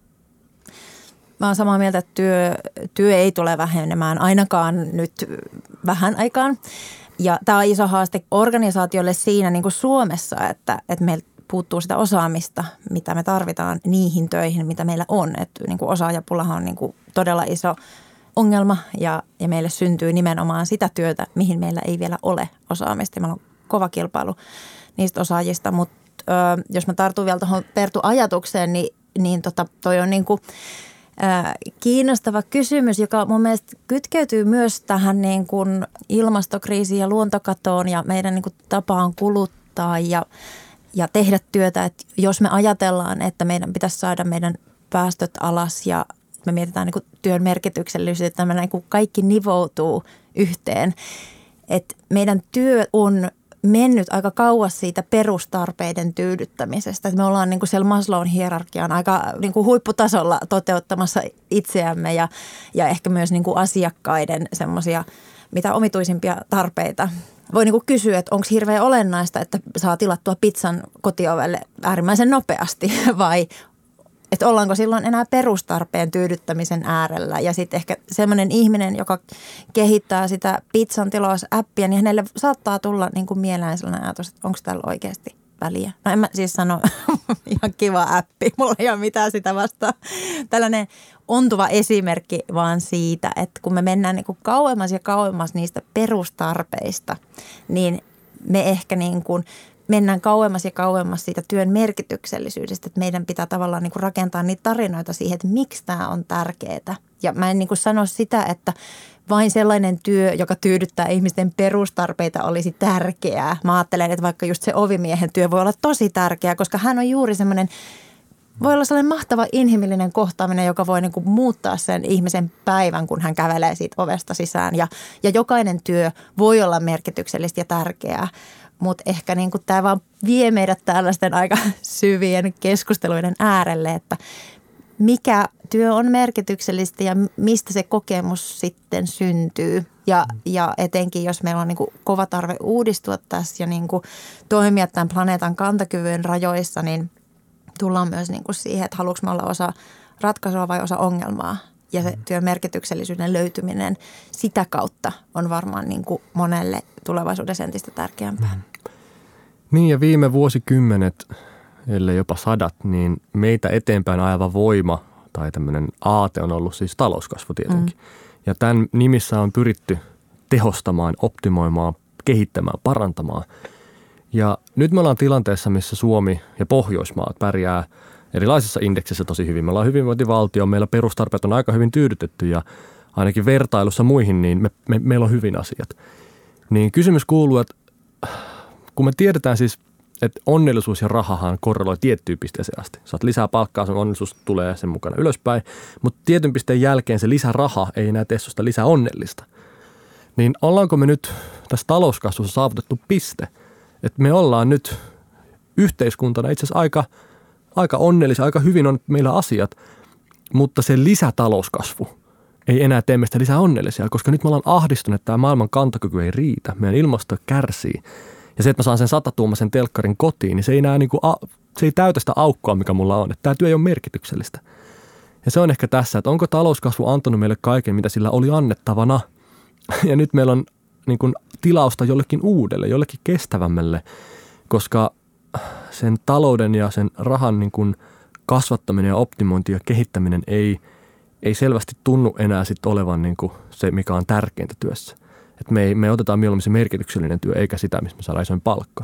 [SPEAKER 3] Mä oon samaa mieltä, että työ, työ ei tule vähenemään ainakaan nyt vähän aikaan. Ja tämä on iso haaste organisaatiolle siinä niin kuin Suomessa, että, että meiltä puuttuu sitä osaamista, mitä me tarvitaan niihin töihin, mitä meillä on. Että niin kuin osaajapulahan on niin kuin todella iso ongelma ja, ja meille syntyy nimenomaan sitä työtä, mihin meillä ei vielä ole osaamista. Meillä on kova kilpailu niistä osaajista, mutta ö, jos mä tartun vielä tuohon Pertun ajatukseen, niin, niin tota, toi on niin kuin kiinnostava kysymys, joka mun mielestä kytkeytyy myös tähän niin kuin ilmastokriisiin ja luontokatoon ja meidän niin kuin tapaan kuluttaa ja, ja tehdä työtä. Että jos me ajatellaan, että meidän pitäisi saada meidän päästöt alas ja me mietitään niin kuin työn merkityksellisyyttä, että tämä niin kuin kaikki nivoutuu yhteen. Että meidän työ on mennyt aika kauas siitä perustarpeiden tyydyttämisestä. Että me ollaan niin kuin siellä Maslown hierarkian aika niin kuin huipputasolla toteuttamassa itseämme ja, ja ehkä myös niin kuin asiakkaiden semmoisia mitä omituisimpia tarpeita. Voi niin kuin kysyä, että onko hirveän olennaista, että saa tilattua pizzan kotiovelle äärimmäisen nopeasti vai että ollaanko silloin enää perustarpeen tyydyttämisen äärellä. Ja sitten ehkä semmoinen ihminen, joka kehittää sitä pizzan tilausappia, niin hänelle saattaa tulla niin kuin mieleen sellainen ajatus, että onko täällä oikeasti väliä. No en mä siis sano, ihan kiva appi, mulla ei ole mitään sitä vastaan. Tällainen ontuva esimerkki vaan siitä, että kun me mennään niin kuin kauemmas ja kauemmas niistä perustarpeista, niin me ehkä niin kuin mennään kauemmas ja kauemmas siitä työn merkityksellisyydestä, että meidän pitää tavallaan niin kuin rakentaa niitä tarinoita siihen, että miksi tämä on tärkeää. Ja mä en niin kuin sano sitä, että vain sellainen työ, joka tyydyttää ihmisten perustarpeita, olisi tärkeää. Mä ajattelen, että vaikka just se ovimiehen työ voi olla tosi tärkeää, koska hän on juuri semmoinen, voi olla sellainen mahtava inhimillinen kohtaaminen, joka voi niin kuin muuttaa sen ihmisen päivän, kun hän kävelee siitä ovesta sisään. Ja, ja jokainen työ voi olla merkityksellistä ja tärkeää. Mutta ehkä niin kuin tämä vaan vie meidät tällaisten aika syvien keskusteluiden äärelle, että mikä työ on merkityksellistä ja mistä se kokemus sitten syntyy. Ja, ja etenkin, jos meillä on niin kuin kova tarve uudistua tässä ja niin kuin toimia tämän planeetan kantokyvyn rajoissa, niin tullaan myös niin kuin siihen, että haluanko me olla osa ratkaisua vai osa ongelmaa. Ja se työn merkityksellisyyden löytyminen sitä kautta on varmaan niin kuin monelle tulevaisuudessa entistä tärkeämpää. Mm.
[SPEAKER 2] Niin ja viime vuosikymmenet, ellei jopa sadat, niin meitä eteenpäin ajava voima tai tämmöinen aate on ollut siis talouskasvu tietenkin. Mm. Ja tämän nimissä on pyritty tehostamaan, optimoimaan, kehittämään, parantamaan. Ja nyt me ollaan tilanteessa, missä Suomi ja Pohjoismaat pärjää erilaisissa indeksissä tosi hyvin. Me ollaan hyvinvointivaltio, meillä perustarpeet on aika hyvin tyydytetty ja ainakin vertailussa muihin, niin me, me, meillä on hyvin asiat. Niin kysymys kuuluu, että kun me tiedetään siis, että onnellisuus ja rahahan korreloi tiettyyn pisteeseen asti. Saat lisää palkkaa, sun onnellisuus tulee sen mukana ylöspäin, mutta tietyn pisteen jälkeen se lisäraha ei enää tee susta lisää onnellista. Niin ollaanko me nyt tässä talouskasvussa saavutettu piste, että me ollaan nyt yhteiskuntana itse asiassa aika, aika onnellisia, aika hyvin on meillä asiat, mutta se lisätalouskasvu ei enää tee meistä lisää onnellisia, koska nyt me ollaan ahdistuneet, että tämä maailman kantokyky ei riitä, meidän ilmasto kärsii. Ja se, että mä saan sen satatuumaisen telkkarin kotiin, niin se ei, enää niin kuin, se ei täytä sitä aukkoa, mikä mulla on. Että tämä työ ei ole merkityksellistä. Ja se on ehkä tässä, että onko talouskasvu antanut meille kaiken, mitä sillä oli annettavana. Ja nyt meillä on niin kuin tilausta jollekin uudelle, jollekin kestävämmälle, koska sen talouden ja sen rahan niin kuin kasvattaminen ja optimointi ja kehittäminen ei, ei selvästi tunnu enää sit olevan niin kuin se, mikä on tärkeintä työssä. Että me, me otetaan mieluummin se merkityksellinen työ, eikä sitä, missä me saadaan isoin palkka.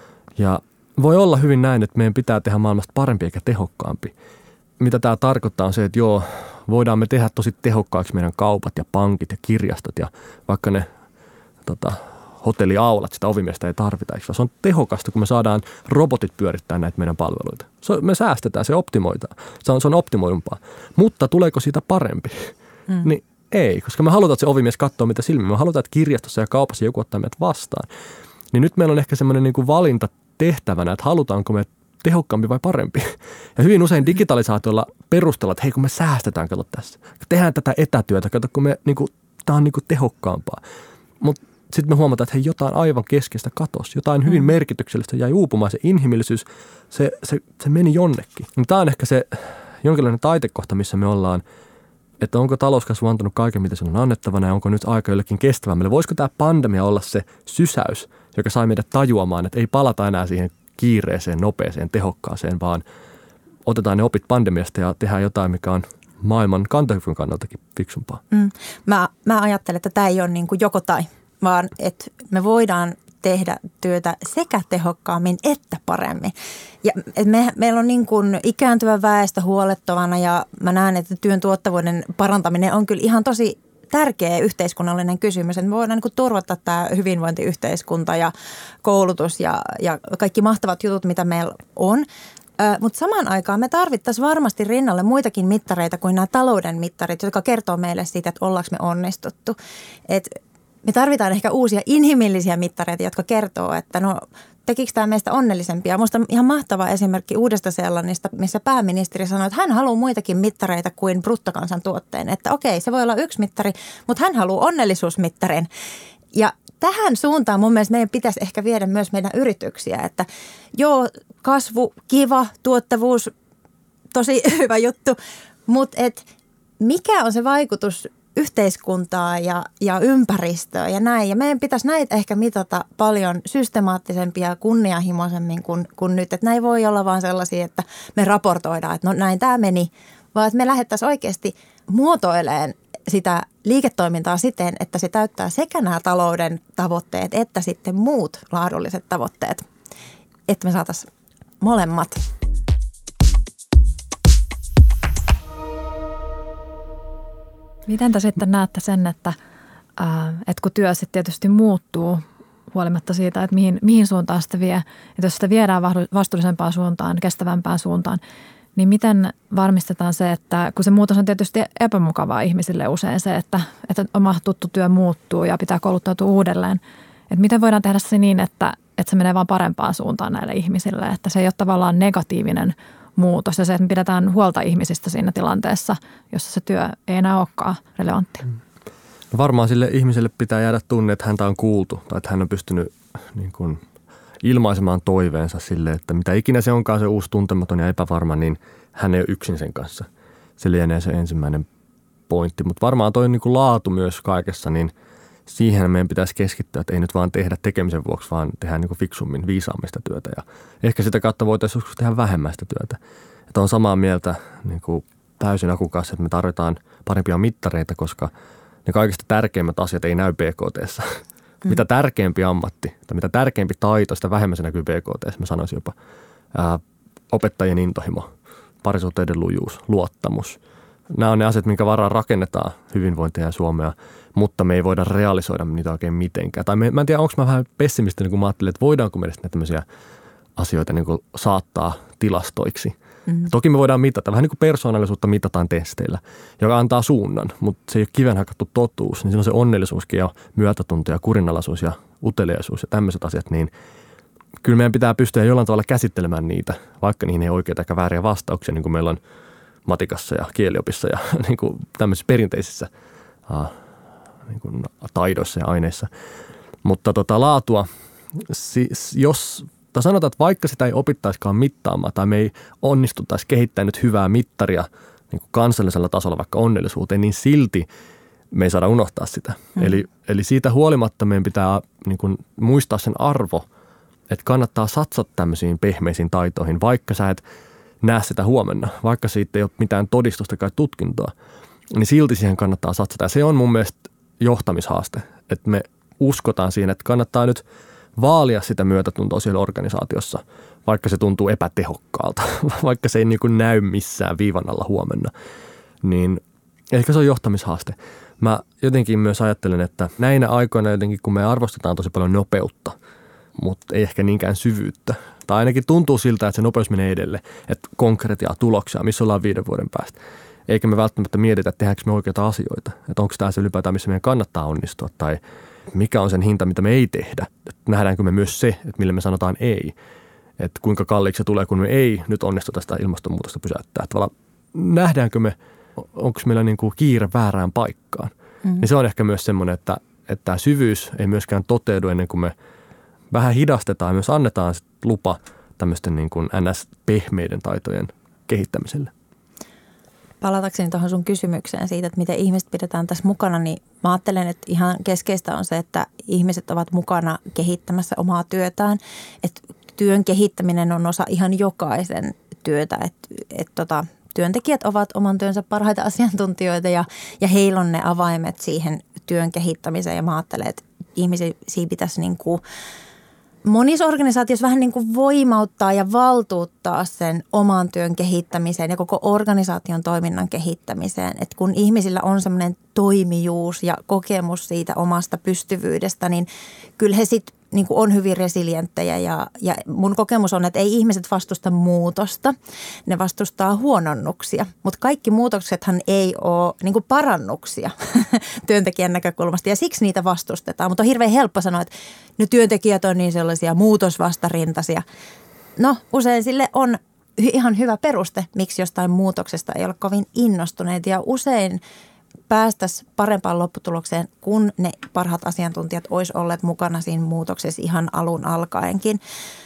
[SPEAKER 2] Ja voi olla hyvin näin, että meidän pitää tehdä maailmasta parempi eikä tehokkaampi. Mitä tämä tarkoittaa on se, että joo, voidaan me tehdä tosi tehokkaaksi meidän kaupat ja pankit ja kirjastot ja vaikka ne tota, hotelliaulat, sitä ovimiestä ei tarvita. Eikö? Se on tehokasta, kun me saadaan robotit pyörittää näitä meidän palveluita. Se, me säästetään, se optimoitaan. Se on, se on optimoidumpaa. Mutta tuleeko siitä parempi? Mm. Niin ei, koska me halutaan, että se ovimies katsoo mitä silmiä. Me halutaan, että kirjastossa ja kaupassa joku ottaa meidät vastaan. Niin nyt meillä on ehkä semmoinen niin kuin valinta tehtävänä, että halutaanko me tehokkaampi vai parempi. Ja hyvin usein digitalisaatiolla perustellaan, että hei kun me säästetään, kato tässä. Tehdään tätä etätyötä, kato kun me, niin kuin, tämä on niin kuin tehokkaampaa. Mutta sitten me huomataan, että hei jotain aivan keskeistä katosi. Jotain hyvin merkityksellistä jäi uupumaan. Se inhimillisyys, se, se, se meni jonnekin. Tämä on ehkä se jonkinlainen taitekohta, missä me ollaan. Että onko talouskasvu antanut kaiken, mitä sen on annettavana ja onko nyt aika jollekin kestävämmälle. Voisiko tämä pandemia olla se sysäys, joka sai meidät tajuamaan, että ei palata enää siihen kiireeseen, nopeeseen, tehokkaaseen, vaan otetaan ne opit pandemiasta ja tehdään jotain, mikä on maailman kantokyvyn kannaltakin fiksumpaa.
[SPEAKER 3] Mm. Mä, mä ajattelen, että tämä ei ole niin kuin joko tai, vaan että me voidaan tehdä työtä sekä tehokkaammin että paremmin. Ja me, meillä on niin kuin ikääntyvä väestö huolettavana ja mä näen, että työn tuottavuuden parantaminen on kyllä ihan tosi tärkeä yhteiskunnallinen kysymys. Että me voidaan niin kuin turvata tämä hyvinvointiyhteiskunta ja koulutus ja, ja kaikki mahtavat jutut, mitä meillä on. Mutta samaan aikaan me tarvittaisiin varmasti rinnalle muitakin mittareita kuin nämä talouden mittarit, jotka kertoo meille siitä, että ollaanko me onnistuttu. Et me tarvitaan ehkä uusia inhimillisiä mittareita, jotka kertoo, että no tekikö tämä meistä onnellisempia. Minusta on ihan mahtava esimerkki Uudesta-Seelannista, missä pääministeri sanoi, että hän haluaa muitakin mittareita kuin bruttokansantuotteen. Että okei, se voi olla yksi mittari, mutta hän haluaa onnellisuusmittarin. Ja tähän suuntaan mun mielestä meidän pitäisi ehkä viedä myös meidän yrityksiä, että joo, kasvu, kiva, tuottavuus, tosi hyvä juttu, mutta et mikä on se vaikutus yhteiskuntaa ja, ja ympäristöä ja näin. Ja meidän pitäisi näitä ehkä mitata paljon systemaattisempia ja kunnianhimoisemmin kuin, kuin nyt. Että näin voi olla vaan sellaisia, että me raportoidaan, että no näin tämä meni, vaan että me lähdettäisiin oikeasti muotoilemaan sitä liiketoimintaa siten, että se täyttää sekä nämä talouden tavoitteet että sitten muut laadulliset tavoitteet, että me saataisiin molemmat.
[SPEAKER 1] Miten te sitten näette sen, että, ää, että kun työ sitten tietysti muuttuu huolimatta siitä, että mihin, mihin suuntaan sitä vie, että jos sitä viedään vastuullisempaan suuntaan, kestävämpään suuntaan, niin miten varmistetaan se, että kun se muutos on tietysti epämukavaa ihmisille usein se, että, että oma tuttu työ muuttuu ja pitää kouluttautua uudelleen, että miten voidaan tehdä se niin, että, että se menee vaan parempaan suuntaan näille ihmisille, että se ei ole tavallaan negatiivinen muutos ja se, että me pidetään huolta ihmisistä siinä tilanteessa, jossa se työ ei enää olekaan relevanttia.
[SPEAKER 2] No varmaan sille ihmiselle pitää jäädä tunne, että häntä on kuultu tai että hän on pystynyt niin kuin ilmaisemaan toiveensa sille, että mitä ikinä se onkaan se uusi tuntematon ja epävarma, niin hän ei ole yksin sen kanssa. Se lienee se ensimmäinen pointti, mutta varmaan toi niin kuin laatu myös kaikessa, niin siihen meidän pitäisi keskittyä, että ei nyt vaan tehdä tekemisen vuoksi, vaan tehdä niin kuin fiksummin, viisaammista työtä. Ja ehkä sitä kautta voitaisiin joskus tehdä vähemmästä työtä. Että on samaa mieltä niin kuin täysin Akun kanssa, että me tarvitaan parempia mittareita, koska ne kaikista tärkeimmät asiat ei näy B K T:ssä. Mm. Mitä tärkeämpi ammatti tai mitä tärkeämpi taito, sitä vähemmän se näkyy B K T:ssä. Mä sanoisin jopa ää, opettajien intohimo, parisuhteiden lujuus, luottamus. Nämä on ne asiat, minkä varaan rakennetaan hyvinvointia ja Suomea, mutta me ei voida realisoida niitä oikein mitenkään. Tai me, mä en tiedä, onko mä vähän pessimistinen, kun mä ajattelin, että voidaanko me edes tämmöisiä asioita niin kuin saattaa tilastoiksi. Mm-hmm. Toki me voidaan mitata, vähän niin kuin persoonallisuutta mitataan testeillä, joka antaa suunnan, mutta se ei ole kiven hakattu totuus. Niin silloin se onnellisuuskin ja myötätunto ja kurinalaisuus ja uteliaisuus ja tämmöiset asiat, niin kyllä meidän pitää pystyä jollain tavalla käsittelemään niitä, vaikka niihin ei oikeita eikä vääriä vastauksia, niin kuin meillä on matikassa ja kieliopissa ja niin kuin tämmöisissä perinteisissä äh, niin kuin taidoissa ja aineissa. Mutta tota, laatua, siis jos, tai sanotaan, että vaikka sitä ei opittaisikaan mittaamaan tai me ei onnistuttaisi kehittämään nyt hyvää mittaria niin kuin kansallisella tasolla vaikka onnellisuuteen, niin silti me ei saada unohtaa sitä. Hmm. Eli, eli siitä huolimatta meidän pitää niin kuin muistaa sen arvo, että kannattaa satsata tämmöisiin pehmeisiin taitoihin, vaikka sä et näe sitä huomenna, vaikka siitä ei ole mitään todistusta tai tutkintoa, niin silti siihen kannattaa satsata. Ja se on mun mielestä johtamishaaste, että me uskotaan siihen, että kannattaa nyt vaalia sitä myötätuntoa siellä organisaatiossa, vaikka se tuntuu epätehokkaalta, vaikka se ei niin kuin näy missään viivan alla huomenna. Niin ehkä se on johtamishaaste. Mä jotenkin myös ajattelen, että näinä aikoina jotenkin, kun me arvostetaan tosi paljon nopeutta, mutta ei ehkä niinkään syvyyttä. Tai ainakin tuntuu siltä, että se nopeus menee edelle, että konkretiaa, tuloksia, missä ollaan viiden vuoden päästä. Eikä me välttämättä mietitä, että tehdäänkö me oikeita asioita. Että onko tämä se ylipäätään, missä meidän kannattaa onnistua tai mikä on sen hinta, mitä me ei tehdä. Että nähdäänkö me myös se, että millä me sanotaan ei. Että kuinka kalliiksi se tulee, kun me ei nyt onnistuta sitä ilmastonmuutosta pysäyttää. Että nähdäänkö me, onko meillä niin kuin kiire väärään paikkaan. Mm-hmm. Niin se on ehkä myös semmoinen, että, että tämä syvyys ei myöskään toteudu ennen kuin me vähän hidastetaan ja myös annetaan lupa tämmöisten niin kuin N S-pehmeiden taitojen kehittämiselle.
[SPEAKER 3] Palatakseni tuohon sun kysymykseen siitä, että miten ihmiset pidetään tässä mukana, niin mä ajattelen, että ihan keskeistä on se, että ihmiset ovat mukana kehittämässä omaa työtään. Että työn kehittäminen on osa ihan jokaisen työtä, että et tota, työntekijät ovat oman työnsä parhaita asiantuntijoita ja, ja heillä on ne avaimet siihen työn kehittämiseen ja mä ajattelen, että ihmisiä pitäisi niin kuin monissa organisaatioissa vähän niin kuin voimauttaa ja valtuuttaa sen oman työn kehittämiseen ja koko organisaation toiminnan kehittämiseen. Että kun ihmisillä on semmoinen toimijuus ja kokemus siitä omasta pystyvyydestä, niin kyllä he sitten niin kuin on hyvin resilienttejä ja, ja mun kokemus on, että ei ihmiset vastusta muutosta, ne vastustaa huononnuksia. Mutta kaikki muutoksethan ei ole niin kuin parannuksia työntekijän näkökulmasta ja siksi niitä vastustetaan. Mutta on hirveän helppo sanoa, että ne työntekijät on niin sellaisia muutosvastarintaisia. No usein sille on ihan hyvä peruste, miksi jostain muutoksesta ei ole kovin innostuneet ja usein päästäisiin parempaan lopputulokseen, kun ne parhaat asiantuntijat olisi olleet mukana siinä muutoksessa ihan alun alkaenkin.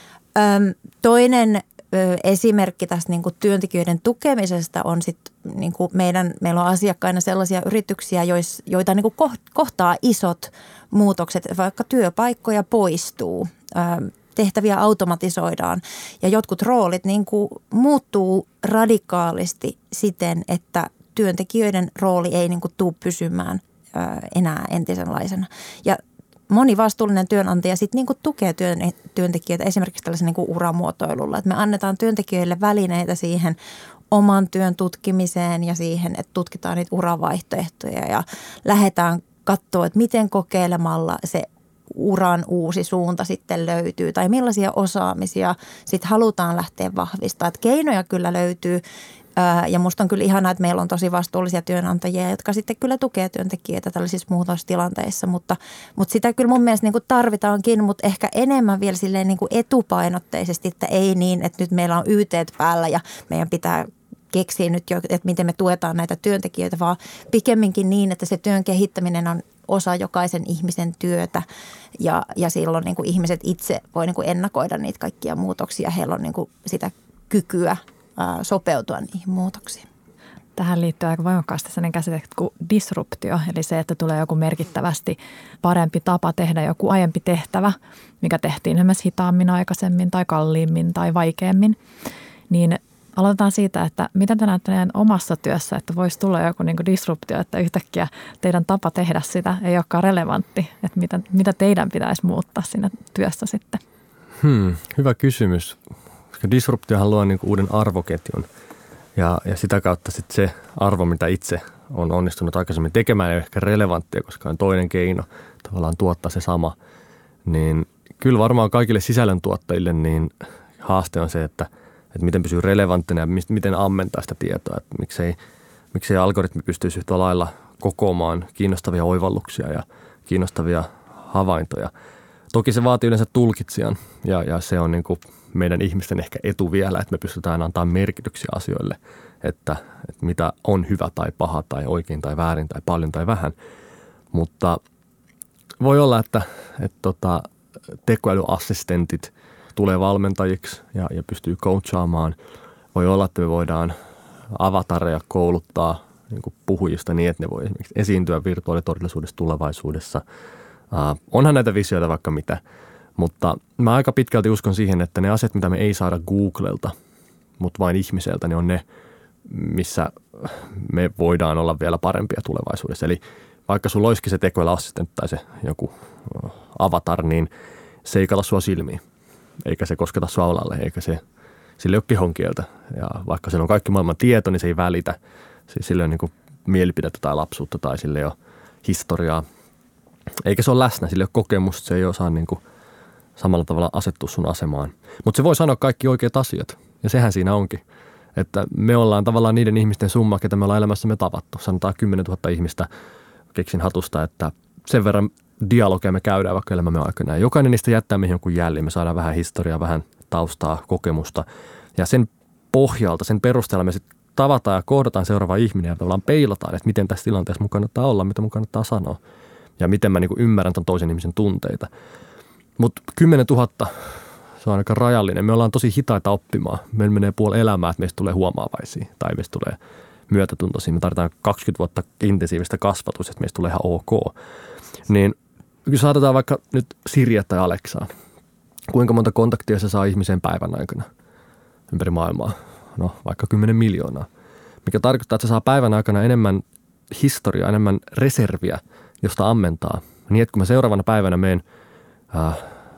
[SPEAKER 3] Öm, toinen ö, esimerkki tästä niin kuin työntekijöiden tukemisesta on sitten niin kuin meidän, meillä on asiakkaina sellaisia yrityksiä, jois, joita niin kuin kohtaa isot muutokset, vaikka työpaikkoja poistuu, öm, tehtäviä automatisoidaan ja jotkut roolit niin kuin muuttuu radikaalisti siten, että työntekijöiden rooli ei niin kuin tule pysymään ö, enää entisenlaisena. Ja moni vastuullinen työnantaja sitten niin kuin tukee työn, työntekijöitä esimerkiksi tällaisen niin kuin uramuotoilulla. Että me annetaan työntekijöille välineitä siihen oman työn tutkimiseen ja siihen, että tutkitaan niitä uravaihtoehtoja ja lähdetään katsoa, että miten kokeilemalla se uran uusi suunta sitten löytyy tai millaisia osaamisia sitten halutaan lähteä vahvistamaan. Että keinoja kyllä löytyy. Ja musta on kyllä ihanaa, että meillä on tosi vastuullisia työnantajia, jotka sitten kyllä tukee työntekijöitä tällaisissa muutostilanteissa, mutta, mutta sitä kyllä mun mielestä niin kuin tarvitaankin, mutta ehkä enemmän vielä silleen niin kuin etupainotteisesti, että ei niin, että nyt meillä on Y T:t päällä ja meidän pitää keksiä nyt jo, että miten me tuetaan näitä työntekijöitä, vaan pikemminkin niin, että se työn kehittäminen on osa jokaisen ihmisen työtä ja, ja silloin niin kuin ihmiset itse voi niin kuin ennakoida niitä kaikkia muutoksia, heillä on niin kuin sitä kykyä sopeutua niihin muutoksiin.
[SPEAKER 1] Tähän liittyy aika voimakkaasti sellainen käsite kuin disruptio, eli se, että tulee joku merkittävästi parempi tapa tehdä joku aiempi tehtävä, mikä tehtiin esimerkiksi hitaammin aikaisemmin tai kalliimmin tai vaikeammin. Niin aloitetaan siitä, että mitä te näette teidän omassa työssä, että voisi tulla joku niin kuin disruptio, että yhtäkkiä teidän tapa tehdä sitä ei olekaan relevantti, että mitä, mitä teidän pitäisi muuttaa siinä työssä sitten?
[SPEAKER 2] Hmm, hyvä kysymys. Disruptiohan luo niin kuin uuden arvoketjun ja, ja sitä kautta sitten se arvo, mitä itse on onnistunut aikaisemmin tekemään, ei ole ehkä relevanttia, koska on toinen keino tavallaan tuottaa se sama. Niin kyllä varmaan kaikille sisällöntuottajille niin haaste on se, että, että miten pysyy relevanttina ja miten ammentaa sitä tietoa. Että miksei, miksei algoritmi pystyisi yhtä lailla kokoamaan kiinnostavia oivalluksia ja kiinnostavia havaintoja. Toki se vaatii yleensä tulkitsijan ja, ja se on niin kuin meidän ihmisten ehkä etu vielä, että me pystytään antamaan merkityksiä asioille, että, että mitä on hyvä tai paha tai oikein tai väärin tai paljon tai vähän. Mutta voi olla, että, että tota, tekoälyassistentit tulee valmentajiksi ja, ja pystyy coachaamaan. Voi olla, että me voidaan avatareja kouluttaa niin kuin puhujista niin, että ne voi esimerkiksi esiintyä virtuaalitodellisuudessa tulevaisuudessa. Uh, onhan näitä visioita vaikka mitä. Mutta mä aika pitkälti uskon siihen, että ne asiat, mitä me ei saada Googlelta, mutta vain ihmiseltä, niin on ne, missä me voidaan olla vielä parempia tulevaisuudessa. Eli vaikka sulla olisikin se tekoälyassistentti tai se joku avatar, niin se ei kala sua silmiin, eikä se kosketa sua olalle, eikä se, sillä ei ole kehonkieltä. Ja vaikka se on kaikki maailman tieto, niin se ei välitä. Sillä ei ole niin kuin mielipidettä tai lapsuutta tai sillä ei ole historiaa. Eikä se ole läsnä, sillä ei ole kokemusta, se ei osaa niin kuin samalla tavalla asettua sun asemaan. Mutta se voi sanoa kaikki oikeat asiat, ja sehän siinä onkin. Että me ollaan tavallaan niiden ihmisten summa, ketä me ollaan elämässämme tavattu. Sanotaan kymmenen tuhatta ihmistä, keksin hatusta, että sen verran dialogia me käydään vaikka elämämme aikana. Ja jokainen niistä jättää meihin jonkun jäljin. Me saadaan vähän historiaa, vähän taustaa, kokemusta. Ja sen pohjalta, sen perusteella me sitten tavataan ja kohdataan seuraava ihminen ja tavallaan peilataan, että miten tässä tilanteessa mun kannattaa olla, mitä mun kannattaa sanoa. Ja miten mä niinku ymmärrän ton toisen ihmisen tunteita. Mutta kymmenen tuhatta, se on aika rajallinen. Me ollaan tosi hitaita oppimaan. Meillä menee puoli elämää, että meistä tulee huomaavaisia tai meistä tulee myötätuntoisia. Me tarvitaan kaksikymmentä vuotta intensiivistä kasvatusta, että meistä tulee ihan ok. Niin kun saatetaan vaikka nyt Siriä tai Aleksaa, kuinka monta kontaktia se saa ihmiseen päivän aikana ympäri maailmaa? No vaikka kymmenen miljoonaa. Mikä tarkoittaa, että se saa päivän aikana enemmän historiaa, enemmän reserviä, josta ammentaa. Niin että kun mä seuraavana päivänä menen äh,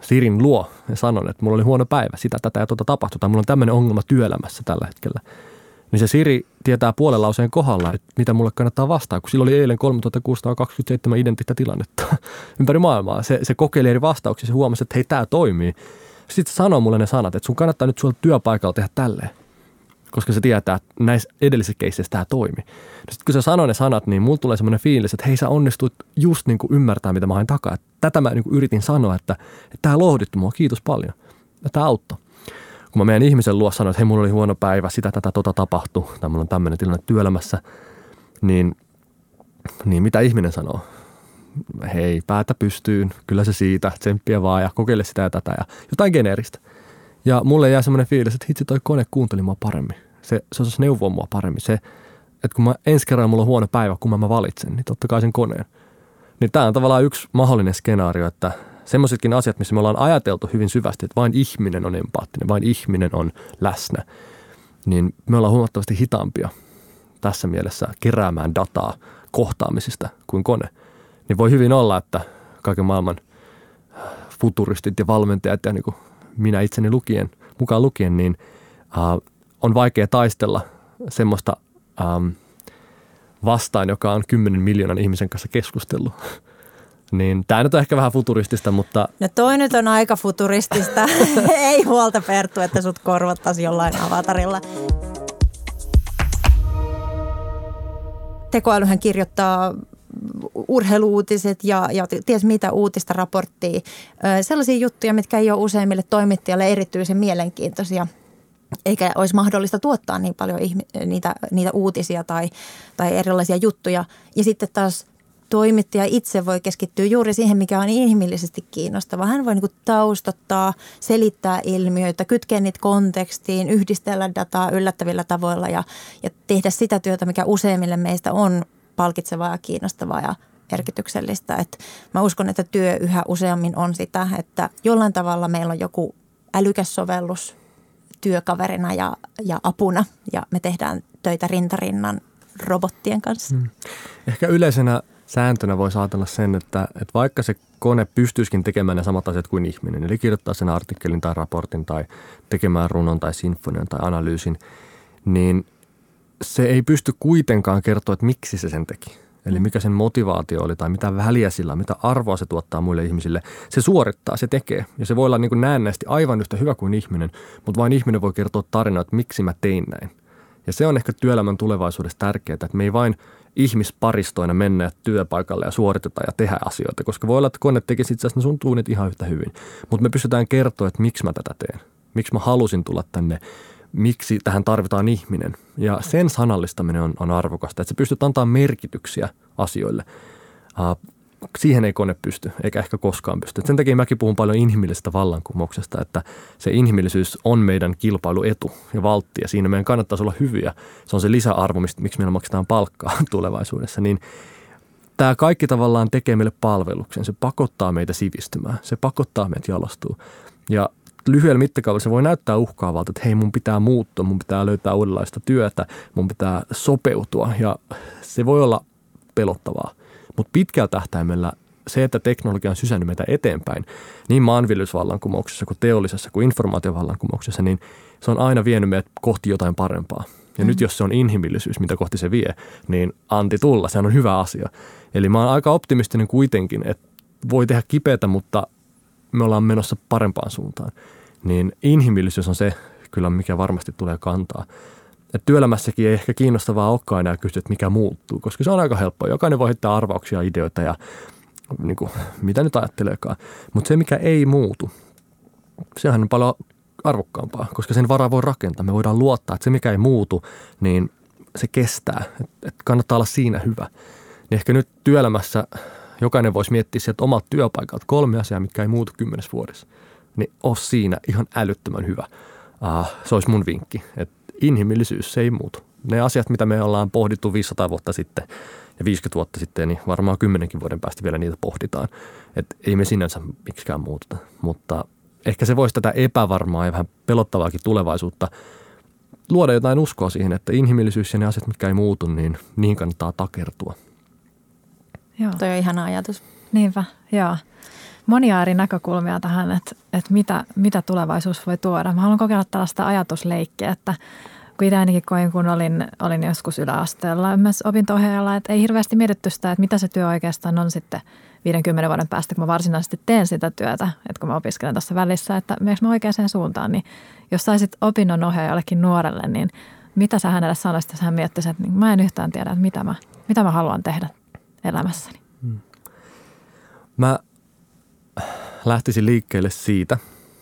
[SPEAKER 2] Sirin luo ja sanon, että mulla oli huono päivä, sitä, tätä ja tuota tapahtui, tai mulla on tämmöinen ongelma työelämässä tällä hetkellä. Niin se Siri tietää puolen lauseen kohdalla, että mitä mulle kannattaa vastaa, kun sillä oli eilen kolmetuhattakuusisataakaksikymmentäseitsemän identtistä tilannetta ympäri maailmaa. Se, se kokeili eri vastauksia, se huomasi, että hei, tämä toimii. Sitten se sanoo mulle ne sanat, että sun kannattaa nyt sulla työpaikalla tehdä tälleen, koska se tietää, että näissä edellisissä keisseissä tämä toimii. Sitten kun se sanoo ne sanat, niin mulla tulee semmoinen fiilis, että hei, sä onnistuit just niin kuin ymmärtää, mitä mä hain takaa. Että tätä mä niin kuin yritin sanoa, että, että tämä lohdutti mua, kiitos paljon. Ja tämä auttoi. Kun mä meidän ihmisen luo sanoin, että hei, mulla oli huono päivä, sitä, tätä, tota tapahtui, tai mulla on tämmöinen tilanne työelämässä, niin, niin mitä ihminen sanoo? Hei, päätä pystyyn, kyllä se siitä, tsemppiä vaan ja kokeile sitä ja tätä ja jotain geneeristä. Ja mulle jää semmoinen fiilis, että hitsi toi kone kuunteli mua paremmin. Se, se osasi neuvoa mua paremmin. Se, että kun mä ensi kerran mulla on huono päivä, kun mä, mä valitsen, niin totta kai sen koneen. Niin tää on tavallaan yksi mahdollinen skenaario, että semmoisetkin asiat, missä me ollaan ajateltu hyvin syvästi, että vain ihminen on empaattinen, vain ihminen on läsnä, niin me ollaan huomattavasti hitaampia tässä mielessä keräämään dataa kohtaamisista kuin kone. Niin voi hyvin olla, että kaiken maailman futuristit ja valmentajat ja niin kuin minä itseni lukien, mukaan lukien, niin äh, on vaikea taistella semmoista ähm, vastaan, joka on kymmenen miljoonan ihmisen kanssa keskustellut. Niin tämä nyt on ehkä vähän futuristista, mutta...
[SPEAKER 3] No toi nyt on aika futuristista. Ei huolta Perttu, että sut korvattaisiin jollain avatarilla. Tekoälyhän kirjoittaa urheiluutiset ja, ja ties mitä uutista raporttia. Sellaisia juttuja, mitkä ei ole useimmille toimittajalle erityisen mielenkiintoisia. Eikä olisi mahdollista tuottaa niin paljon niitä, niitä uutisia tai, tai erilaisia juttuja. Ja sitten taas toimittaja itse voi keskittyä juuri siihen, mikä on inhimillisesti kiinnostavaa. Hän voi niin kuin taustottaa, selittää ilmiöitä, kytkeä niitä kontekstiin, yhdistellä dataa yllättävillä tavoilla ja, ja tehdä sitä työtä, mikä useimmille meistä on palkitsevaa ja kiinnostavaa ja merkityksellistä. Et mä uskon, että työ yhä useammin on sitä, että jollain tavalla meillä on joku älykäs sovellus työkaverina ja, ja apuna ja me tehdään töitä rintarinnan robottien kanssa. Hmm.
[SPEAKER 2] Ehkä yleisenä sääntönä voisi ajatella sen, että, että vaikka se kone pystyisikin tekemään ne samat asiat kuin ihminen, eli kirjoittaa sen artikkelin tai raportin tai tekemään runon tai sinfonian tai analyysin, niin se ei pysty kuitenkaan kertoa, että miksi se sen teki. Eli mikä sen motivaatio oli tai mitä väliä sillä on, mitä arvoa se tuottaa muille ihmisille. Se suorittaa, se tekee ja se voi olla niin kuin näennäisesti aivan yhtä hyvä kuin ihminen, mutta vain ihminen voi kertoa tarinaa, että miksi mä tein näin. Ja se on ehkä työelämän tulevaisuudessa tärkeää, että me ei vain ihmisparistoina mennä työpaikalle ja suoritetaan ja tehdä asioita, koska voi olla, että kone tekisi itse asiassa sun tuunit ihan yhtä hyvin. Mutta me pystytään kertoa, että miksi mä tätä teen, miksi mä halusin tulla tänne, miksi tähän tarvitaan ihminen. Ja sen sanallistaminen on, on arvokasta, että sä pystyt antaa merkityksiä asioille. Uh, siihen ei kone pysty, eikä ehkä koskaan pysty. Et sen takia mäkin puhun paljon inhimillisestä vallankumouksesta, että se inhimillisyys on meidän kilpailuetu ja valtti, ja siinä meidän kannattaisi olla hyviä. Se on se lisäarvo, miksi meillä maksetaan palkkaa tulevaisuudessa. Niin tämä kaikki tavallaan tekee meille palveluksen. Se pakottaa meitä sivistymään, se pakottaa meitä jalostua. Ja lyhyellä mittakaavalla se voi näyttää uhkaavalta, että hei, mun pitää muuttua, mun pitää löytää uudenlaista työtä, mun pitää sopeutua, ja se voi olla pelottavaa. Mutta pitkällä tähtäimellä se, että teknologia on sysännyt meitä eteenpäin, niin maanviljelysvallankumouksessa kuin teollisessa kuin informaatiovallankumouksessa, niin se on aina vienyt meidät kohti jotain parempaa. Ja mm. nyt jos se on inhimillisyys, mitä kohti se vie, niin anti tulla, sehän on hyvä asia. Eli mä oon aika optimistinen kuitenkin, että voi tehdä kipeätä, mutta me ollaan menossa parempaan suuntaan. Niin inhimillisyys on se kyllä, mikä varmasti tulee kantaa. Et työelämässäkin ei ehkä kiinnostavaa olekaan enää kysyä, että mikä muuttuu, koska se on aika helppoa. Jokainen voi heittää arvauksia, ideoita ja niin kuin, mitä nyt ajatteleekaan. Mutta se, mikä ei muutu, sehän on paljon arvokkaampaa, koska sen varaa voi rakentaa. Me voidaan luottaa, että se, mikä ei muutu, niin se kestää. Et, et kannattaa olla siinä hyvä. Niin ehkä nyt työelämässä jokainen voisi miettiä sieltä omalta työpaikalta kolme asiaa, mitkä ei muutu kymmenessä vuodessa. Niin ole siinä ihan älyttömän hyvä. Uh, se olisi mun vinkki, että inhimillisyys, se ei muutu. Ne asiat, mitä me ollaan pohdittu viisisataa vuotta sitten ja viisikymmentä vuotta sitten, niin varmaan kymmenenkin vuoden päästä vielä niitä pohditaan. Että ei me sinänsä miksikään muututa, mutta ehkä se voisi tätä epävarmaa ja vähän pelottavaakin tulevaisuutta luoda jotain uskoa siihen, että inhimillisyys ja ne asiat, mitkä ei muutu, niin niihin kannattaa takertua.
[SPEAKER 3] Joo. Toi on ihana ajatus.
[SPEAKER 1] Niinpä, joo. monia eri näkökulmia tähän, että, että mitä, mitä tulevaisuus voi tuoda. Mä haluan kokeilla tällaista ajatusleikkiä, että kun itse ainakin koin, kun olin, olin joskus yläasteella myös opinto-ohjaajalla, että ei hirveästi mietitty sitä, että mitä se työ oikeastaan on sitten viidenkymmenen vuoden päästä, kun mä varsinaisesti teen sitä työtä, että kun mä opiskelen tässä välissä, että meneekö mä oikeaan suuntaan, niin jos saisit opinnon ohjaaja jollekin nuorelle, niin mitä sä hänelle sanoisit, jos hän miettisi, että mä en yhtään tiedä, että mitä mä, mitä mä haluan tehdä elämässäni? Hmm.
[SPEAKER 2] Mä lähtisin liikkeelle siitä,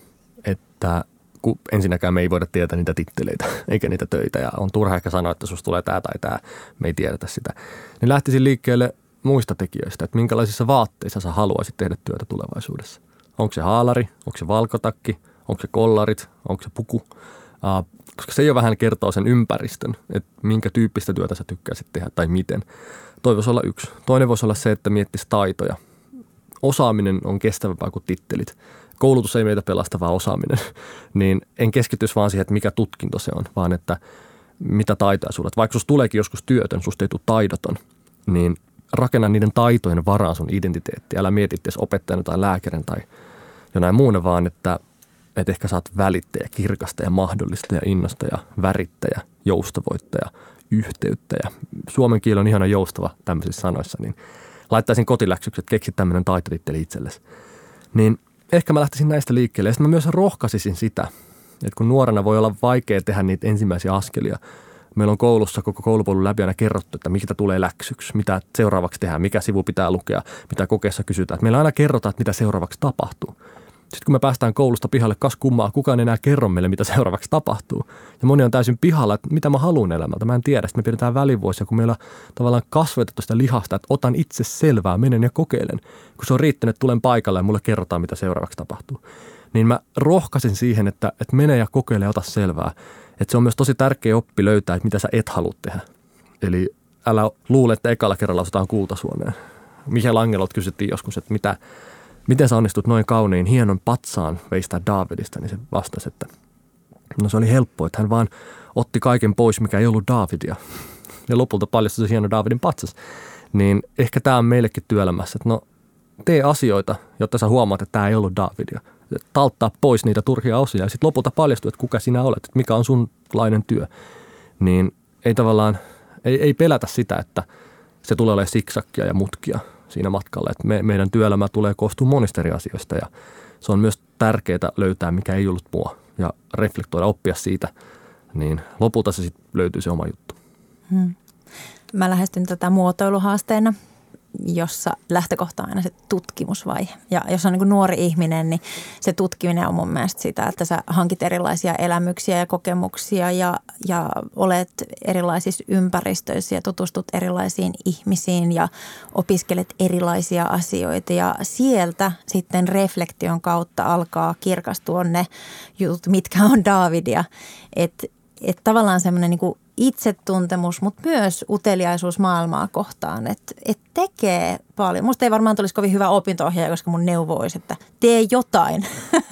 [SPEAKER 2] että kun ensinnäkään me ei voida tietää niitä titteleitä eikä niitä töitä ja on turha ehkä sanoa, että susta tulee tämä tai tämä, me ei tiedetä sitä. Niin lähtisin liikkeelle muista tekijöistä, että minkälaisissa vaatteissa sä haluaisit tehdä työtä tulevaisuudessa. Onko se haalari, onko se valkotakki, onko se kollarit, onko se puku, uh, koska se jo vähän kertoo sen ympäristön, että minkä tyyppistä työtä sä tykkäisit tehdä tai miten. Toi voisi olla yksi. Toinen voisi olla se, että miettisi taitoja. Osaaminen on kestävämpää kuin tittelit. Koulutus ei meitä pelasta, vaan osaaminen. Niin en keskittyisi vaan siihen, että mikä tutkinto se on, vaan että mitä taitoja sulla. Vaikka susta tuleekin joskus työtön, susta ei tule taidoton, niin rakenna niiden taitojen varaan sun identiteetti. Älä mieti edes opettajana tai lääkärin tai jonain muuna, vaan että, että ehkä saat välittäjä, kirkastaja, mahdollistaja, innostaja, värittäjä, joustavoittaja, yhteyttäjä. Suomen kieli on ihana joustava tämmöisissä sanoissa, niin laittaisin kotiläksyksi, että keksi tämmöinen taitotitteli itsellesi. Niin ehkä mä lähtisin näistä liikkeelle. Ja sitten mä myös rohkaisisin sitä, että kun nuorena voi olla vaikea tehdä niitä ensimmäisiä askelia. Meillä on koulussa koko koulupolun läpi aina kerrottu, että mikä tulee läksyksi, mitä seuraavaksi tehdään, mikä sivu pitää lukea, mitä kokeessa kysytään. Että meillä aina kerrotaan, että mitä seuraavaksi tapahtuu. Sitten kun me päästään koulusta pihalle, kas kummaa, kukaan ei enää kerro meille, mitä seuraavaksi tapahtuu. Ja moni on täysin pihalla, että mitä mä haluan elämältä. Mä en tiedä. Sitten me pidetään välivuosia, kun meillä tavallaan kasvatettu sitä lihasta, että otan itse selvää, menen ja kokeilen. Kun se on riittänyt, että tulen paikalle ja mulle kerrotaan, mitä seuraavaksi tapahtuu. Niin mä rohkaisin siihen, että, että mene ja kokeile ja ota selvää. Että se on myös tosi tärkeä oppi löytää, että mitä sä et halua tehdä. Eli älä luule, että ekalla kerralla osataan kultasuoneen. Michael Angelot kysyttiin joskus, että mitä, miten sä onnistut noin kauniin, hienon patsaan veistää Daavidista, niin se vastasi, että no se oli helppoa, että hän vaan otti kaiken pois, mikä ei ollut Daavidia. Ja lopulta paljastui se hieno Daavidin patsas. Niin ehkä tämä on meillekin työelämässä, että no tee asioita, jotta sä huomaat, että tämä ei ollut Daavidia. Talttaa pois niitä turhia osia ja sitten lopulta paljastuu, että kuka sinä olet, että mikä on sunlainen työ. Niin ei tavallaan, ei, ei pelätä sitä, että se tulee olemaan siksakkia ja mutkia siinä matkalla. Että me, meidän työelämä tulee koostua monista eri asioista ja se on myös tärkeää löytää, mikä ei ollut mua ja reflektoida, oppia siitä. Niin lopulta se sitten löytyy se oma juttu.
[SPEAKER 3] Hmm. Mä lähestyn tätä muotoiluhaasteena, jossa lähtökohta on aina se tutkimusvaihe. Ja jos on niin kuin nuori ihminen, niin se tutkiminen on mun mielestä sitä, että sä hankit erilaisia elämyksiä ja kokemuksia ja, ja olet erilaisissa ympäristöissä ja tutustut erilaisiin ihmisiin ja opiskelet erilaisia asioita. Ja sieltä sitten reflektion kautta alkaa kirkastua ne jutut, mitkä on Daavidia. Että et tavallaan semmoinen niin kuin itsetuntemus, mutta myös uteliaisuus maailmaa kohtaan, että et tekee paljon. Musta ei varmaan tulisi kovin hyvä opinto-ohjaaja, koska mun neuvo olisi, että tee jotain.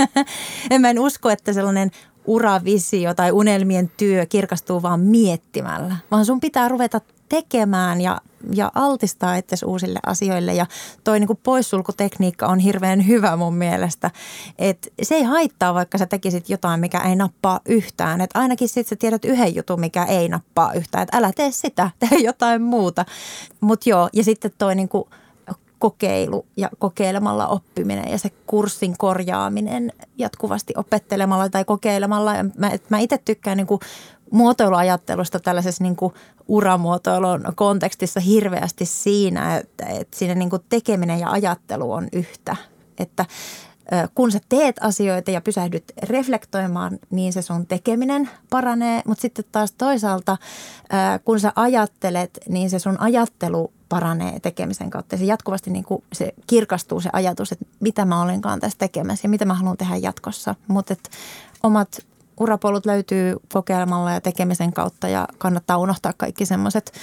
[SPEAKER 3] En mä en usko, että sellainen uravisio tai unelmien työ kirkastuu vaan miettimällä, vaan sun pitää ruveta tekemään ja, ja altistaa itsesi uusille asioille. Ja toi niin kuin poissulkutekniikka on hirveän hyvä mun mielestä. Että se ei haittaa, vaikka sä tekisit jotain, mikä ei nappaa yhtään. Että ainakin sit sä tiedät yhden jutun, mikä ei nappaa yhtään. Että älä tee sitä, tee jotain muuta. Mutta joo, ja sitten toi niin kuin kokeilu ja kokeilemalla oppiminen ja se kurssin korjaaminen jatkuvasti opettelemalla tai kokeilemalla. Mä, mä itse tykkään niin kuin muotoiluajattelusta tällaisessa niin kuin uramuotoilun kontekstissa hirveästi siinä, että, että siinä niin kuin tekeminen ja ajattelu on yhtä. Että kun sä teet asioita ja pysähdyt reflektoimaan, niin se sun tekeminen paranee. Mutta sitten taas toisaalta, kun sä ajattelet, niin se sun ajattelu paranee tekemisen kautta. Ja se jatkuvasti niin kuin se kirkastuu se ajatus, että mitä mä olenkaan tässä tekemässä ja mitä mä haluan tehdä jatkossa. Mutta omat urapolut löytyy kokeilemalla ja tekemisen kautta ja kannattaa unohtaa kaikki semmoiset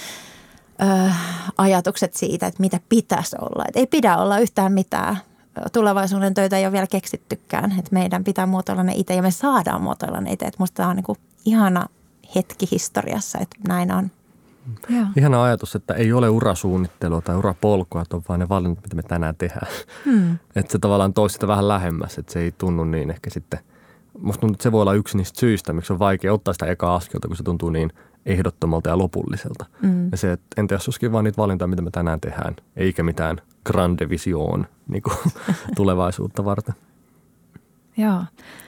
[SPEAKER 3] ajatukset siitä, että mitä pitäisi olla. Et ei pidä olla yhtään mitään. Tulevaisuuden töitä ei ole vielä keksittykään, että meidän pitää muotoilla ne itse ja me saadaan muotoilla ne itse. Että musta tämä on niin kuin ihana hetki historiassa, että näin on.
[SPEAKER 1] Joo.
[SPEAKER 2] Ihana ajatus, että ei ole urasuunnittelua tai urapolkua, että on vaan ne valinnat, mitä me tänään tehdään. Hmm. Että se tavallaan toisi sitä vähän lähemmäs, että se ei tunnu niin ehkä sitten. Musta tuntuu, että se voi olla yksi niistä syistä, miksi on vaikea ottaa sitä ekaa askelta, kun se tuntuu niin ehdottomalta ja lopulliselta. Hmm. Ja se, että entä jos olisikin vaan niitä valintoja, mitä me tänään tehdään, eikä mitään grande vision niin kuin tulevaisuutta varten.
[SPEAKER 1] Joo.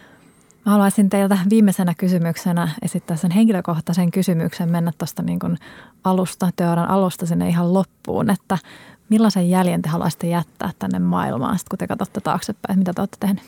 [SPEAKER 1] Mä haluaisin teiltä viimeisenä kysymyksenä esittää sen henkilökohtaisen kysymyksen, mennä tuosta niin kuin alusta, työuran alusta sinne ihan loppuun, että millaisen jäljen te haluaisitte jättää tänne maailmaan, sit kun te katsotte taaksepäin, mitä te olette tehneet?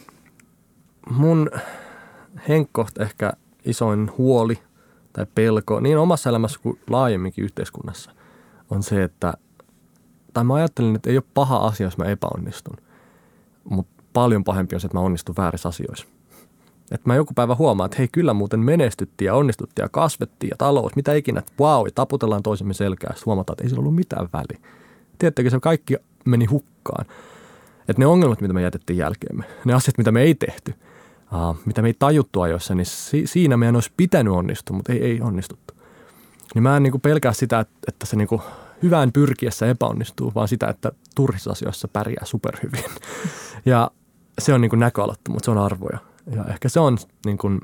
[SPEAKER 2] Mun henkkohta ehkä isoin huoli tai pelko, niin omassa elämässä kuin laajemminkin yhteiskunnassa, on se, että, tai mä ajattelin, että ei ole paha asia, jos mä epäonnistun, mutta paljon pahempi on se, että mä onnistun väärissä asioissa. Että mä joku päivä huomaan, että hei, kyllä muuten menestyttiin ja onnistuttiin ja kasvettiin ja talous, mitä ikinä, että vau, ja taputellaan toisemme selkää ja huomataan, että ei sillä ollut mitään väliä. Tiedättekö, se kaikki meni hukkaan. Että ne ongelmat, mitä me jätettiin jälkeemme, ne asiat, mitä me ei tehty, uh, mitä me ei tajuttu ajoissa, niin si- siinä meidän olisi pitänyt onnistua, mutta ei, ei onnistuttu. Niin mä en niin kuin pelkää sitä, että, että se niin kuin hyvään pyrkiessä epäonnistuu, vaan sitä, että turhissa asioissa pärjää superhyvin. Ja se on niin kuin näköalattomuutta, se on arvoja. Ja ehkä se on niin kuin,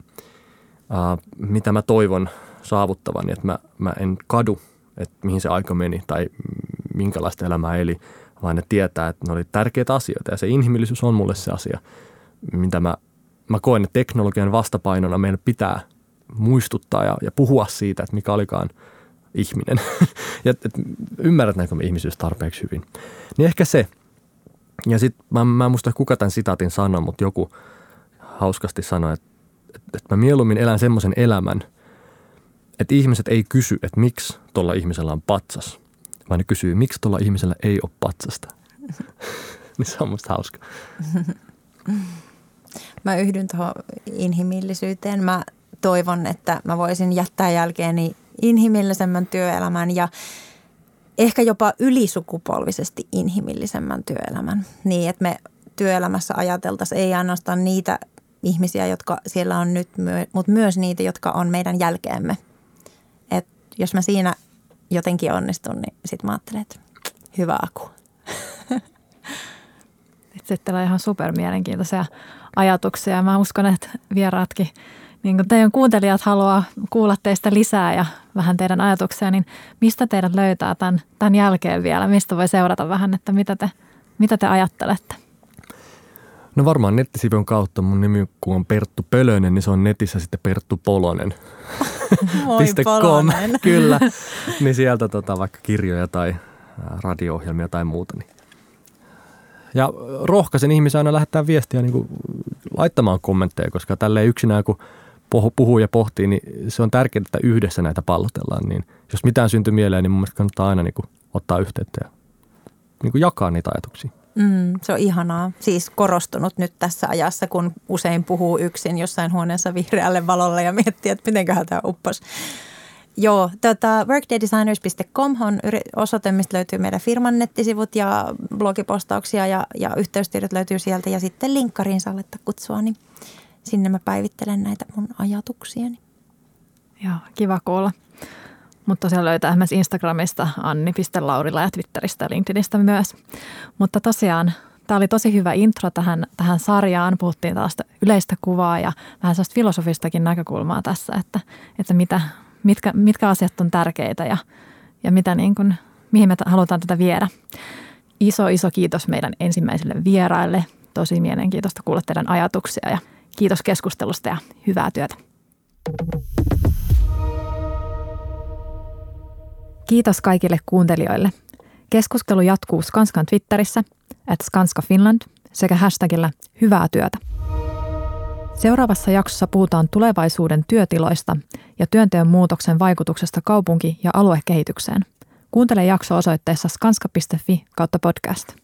[SPEAKER 2] uh, mitä mä toivon saavuttavani, että mä, mä en kadu, että mihin se aika meni tai minkälaista elämää eli, vaan ne tietää, että ne oli tärkeitä asioita. Ja se inhimillisyys on mulle se asia, mitä mä, mä koen, että teknologian vastapainona meidän pitää muistuttaa ja, ja puhua siitä, että mikä olikaan ihminen. Ja et, ymmärrätkö me ihmisyys tarpeeksi hyvin. Niin ehkä se. Ja sitten mä, mä en muista kuka tämän sitaatin sanoi, mutta joku hauskasti sanoi, että, että mä mieluummin elän semmoisen elämän, että ihmiset ei kysy, että miksi tuolla ihmisellä on patsas, vaan ne kysyy, miksi tuolla ihmisellä ei ole patsasta. Niin se on musta hauska.
[SPEAKER 3] Mä yhdyn tuohon inhimillisyyteen. Mä toivon, että mä voisin jättää jälkeeni inhimillisemmän työelämän ja ehkä jopa ylisukupolvisesti inhimillisemmän työelämän. Niin, että me työelämässä ajateltaisiin ei ainoastaan niitä ihmisiä, jotka siellä on nyt, mutta myös niitä, jotka on meidän jälkeemme. Et jos mä siinä jotenkin onnistun, niin sit mä ajattelen, että hyvä aku.
[SPEAKER 1] Sitten on ihan supermielenkiintoisia ajatuksia. Mä uskon, että vieraatkin, niin kuin teidän kuuntelijat haluaa kuulla teistä lisää ja vähän teidän ajatuksia, niin mistä teidät löytää tämän, tämän jälkeen vielä? Mistä voi seurata vähän, että mitä te, mitä te ajattelette?
[SPEAKER 2] No varmaan nettisivujen kautta. Mun nimi kun on Perttu Pölönen, niin se on netissä sitten Perttu Polonen.
[SPEAKER 3] Moi Polonen.
[SPEAKER 2] Kyllä. Niin sieltä tota, vaikka kirjoja tai radio-ohjelmia tai muuta. Niin. Ja rohkaisen ihmisiä aina lähettää viestiä niin kuin laittamaan kommentteja, koska tälleen yksinään kun puhuu ja pohtii, niin se on tärkeää, että yhdessä näitä pallotellaan. Niin jos mitään syntyy mieleen, niin mun mielestä kannattaa aina niin kuin ottaa yhteyttä ja niin kuin jakaa niitä ajatuksia.
[SPEAKER 3] Mm, se on ihanaa. Siis korostunut nyt tässä ajassa, kun usein puhuu yksin jossain huoneessa vihreälle valolle ja miettii, että mitenköhän tämä upposi. Joo, tota, workdaydesigners piste com on osoite, mistä löytyy meidän firman nettisivut ja blogipostauksia ja, ja yhteystiedot löytyy sieltä. Ja sitten linkkariin saa laittaa kutsua, niin sinne mä päivittelen näitä mun ajatuksiani.
[SPEAKER 1] Joo, kiva kuulla. Mutta tosiaan löytää myös Instagramista anni piste laurila ja Twitteristä ja LinkedInistä myös. Mutta tosiaan tämä oli tosi hyvä intro tähän, tähän sarjaan. Puhuttiin tällaista yleistä kuvaa ja vähän sellaista filosofistakin näkökulmaa tässä, että, että mitä, mitkä, mitkä asiat on tärkeitä ja, ja mitä niin kuin, mihin me halutaan tätä viedä. Iso, iso kiitos meidän ensimmäisille vieraille. Tosi mielenkiintoista kuulla teidän ajatuksia ja kiitos keskustelusta ja hyvää työtä. Kiitos kaikille kuuntelijoille. Keskustelu jatkuu Skanskan Twitterissä, at Skanska Finland sekä hashtagillä hyvää työtä. Seuraavassa jaksossa puhutaan tulevaisuuden työtiloista ja työnteon muutoksen vaikutuksesta kaupunki- ja aluekehitykseen. Kuuntele jakso osoitteessa skanska piste fi kautta podcast.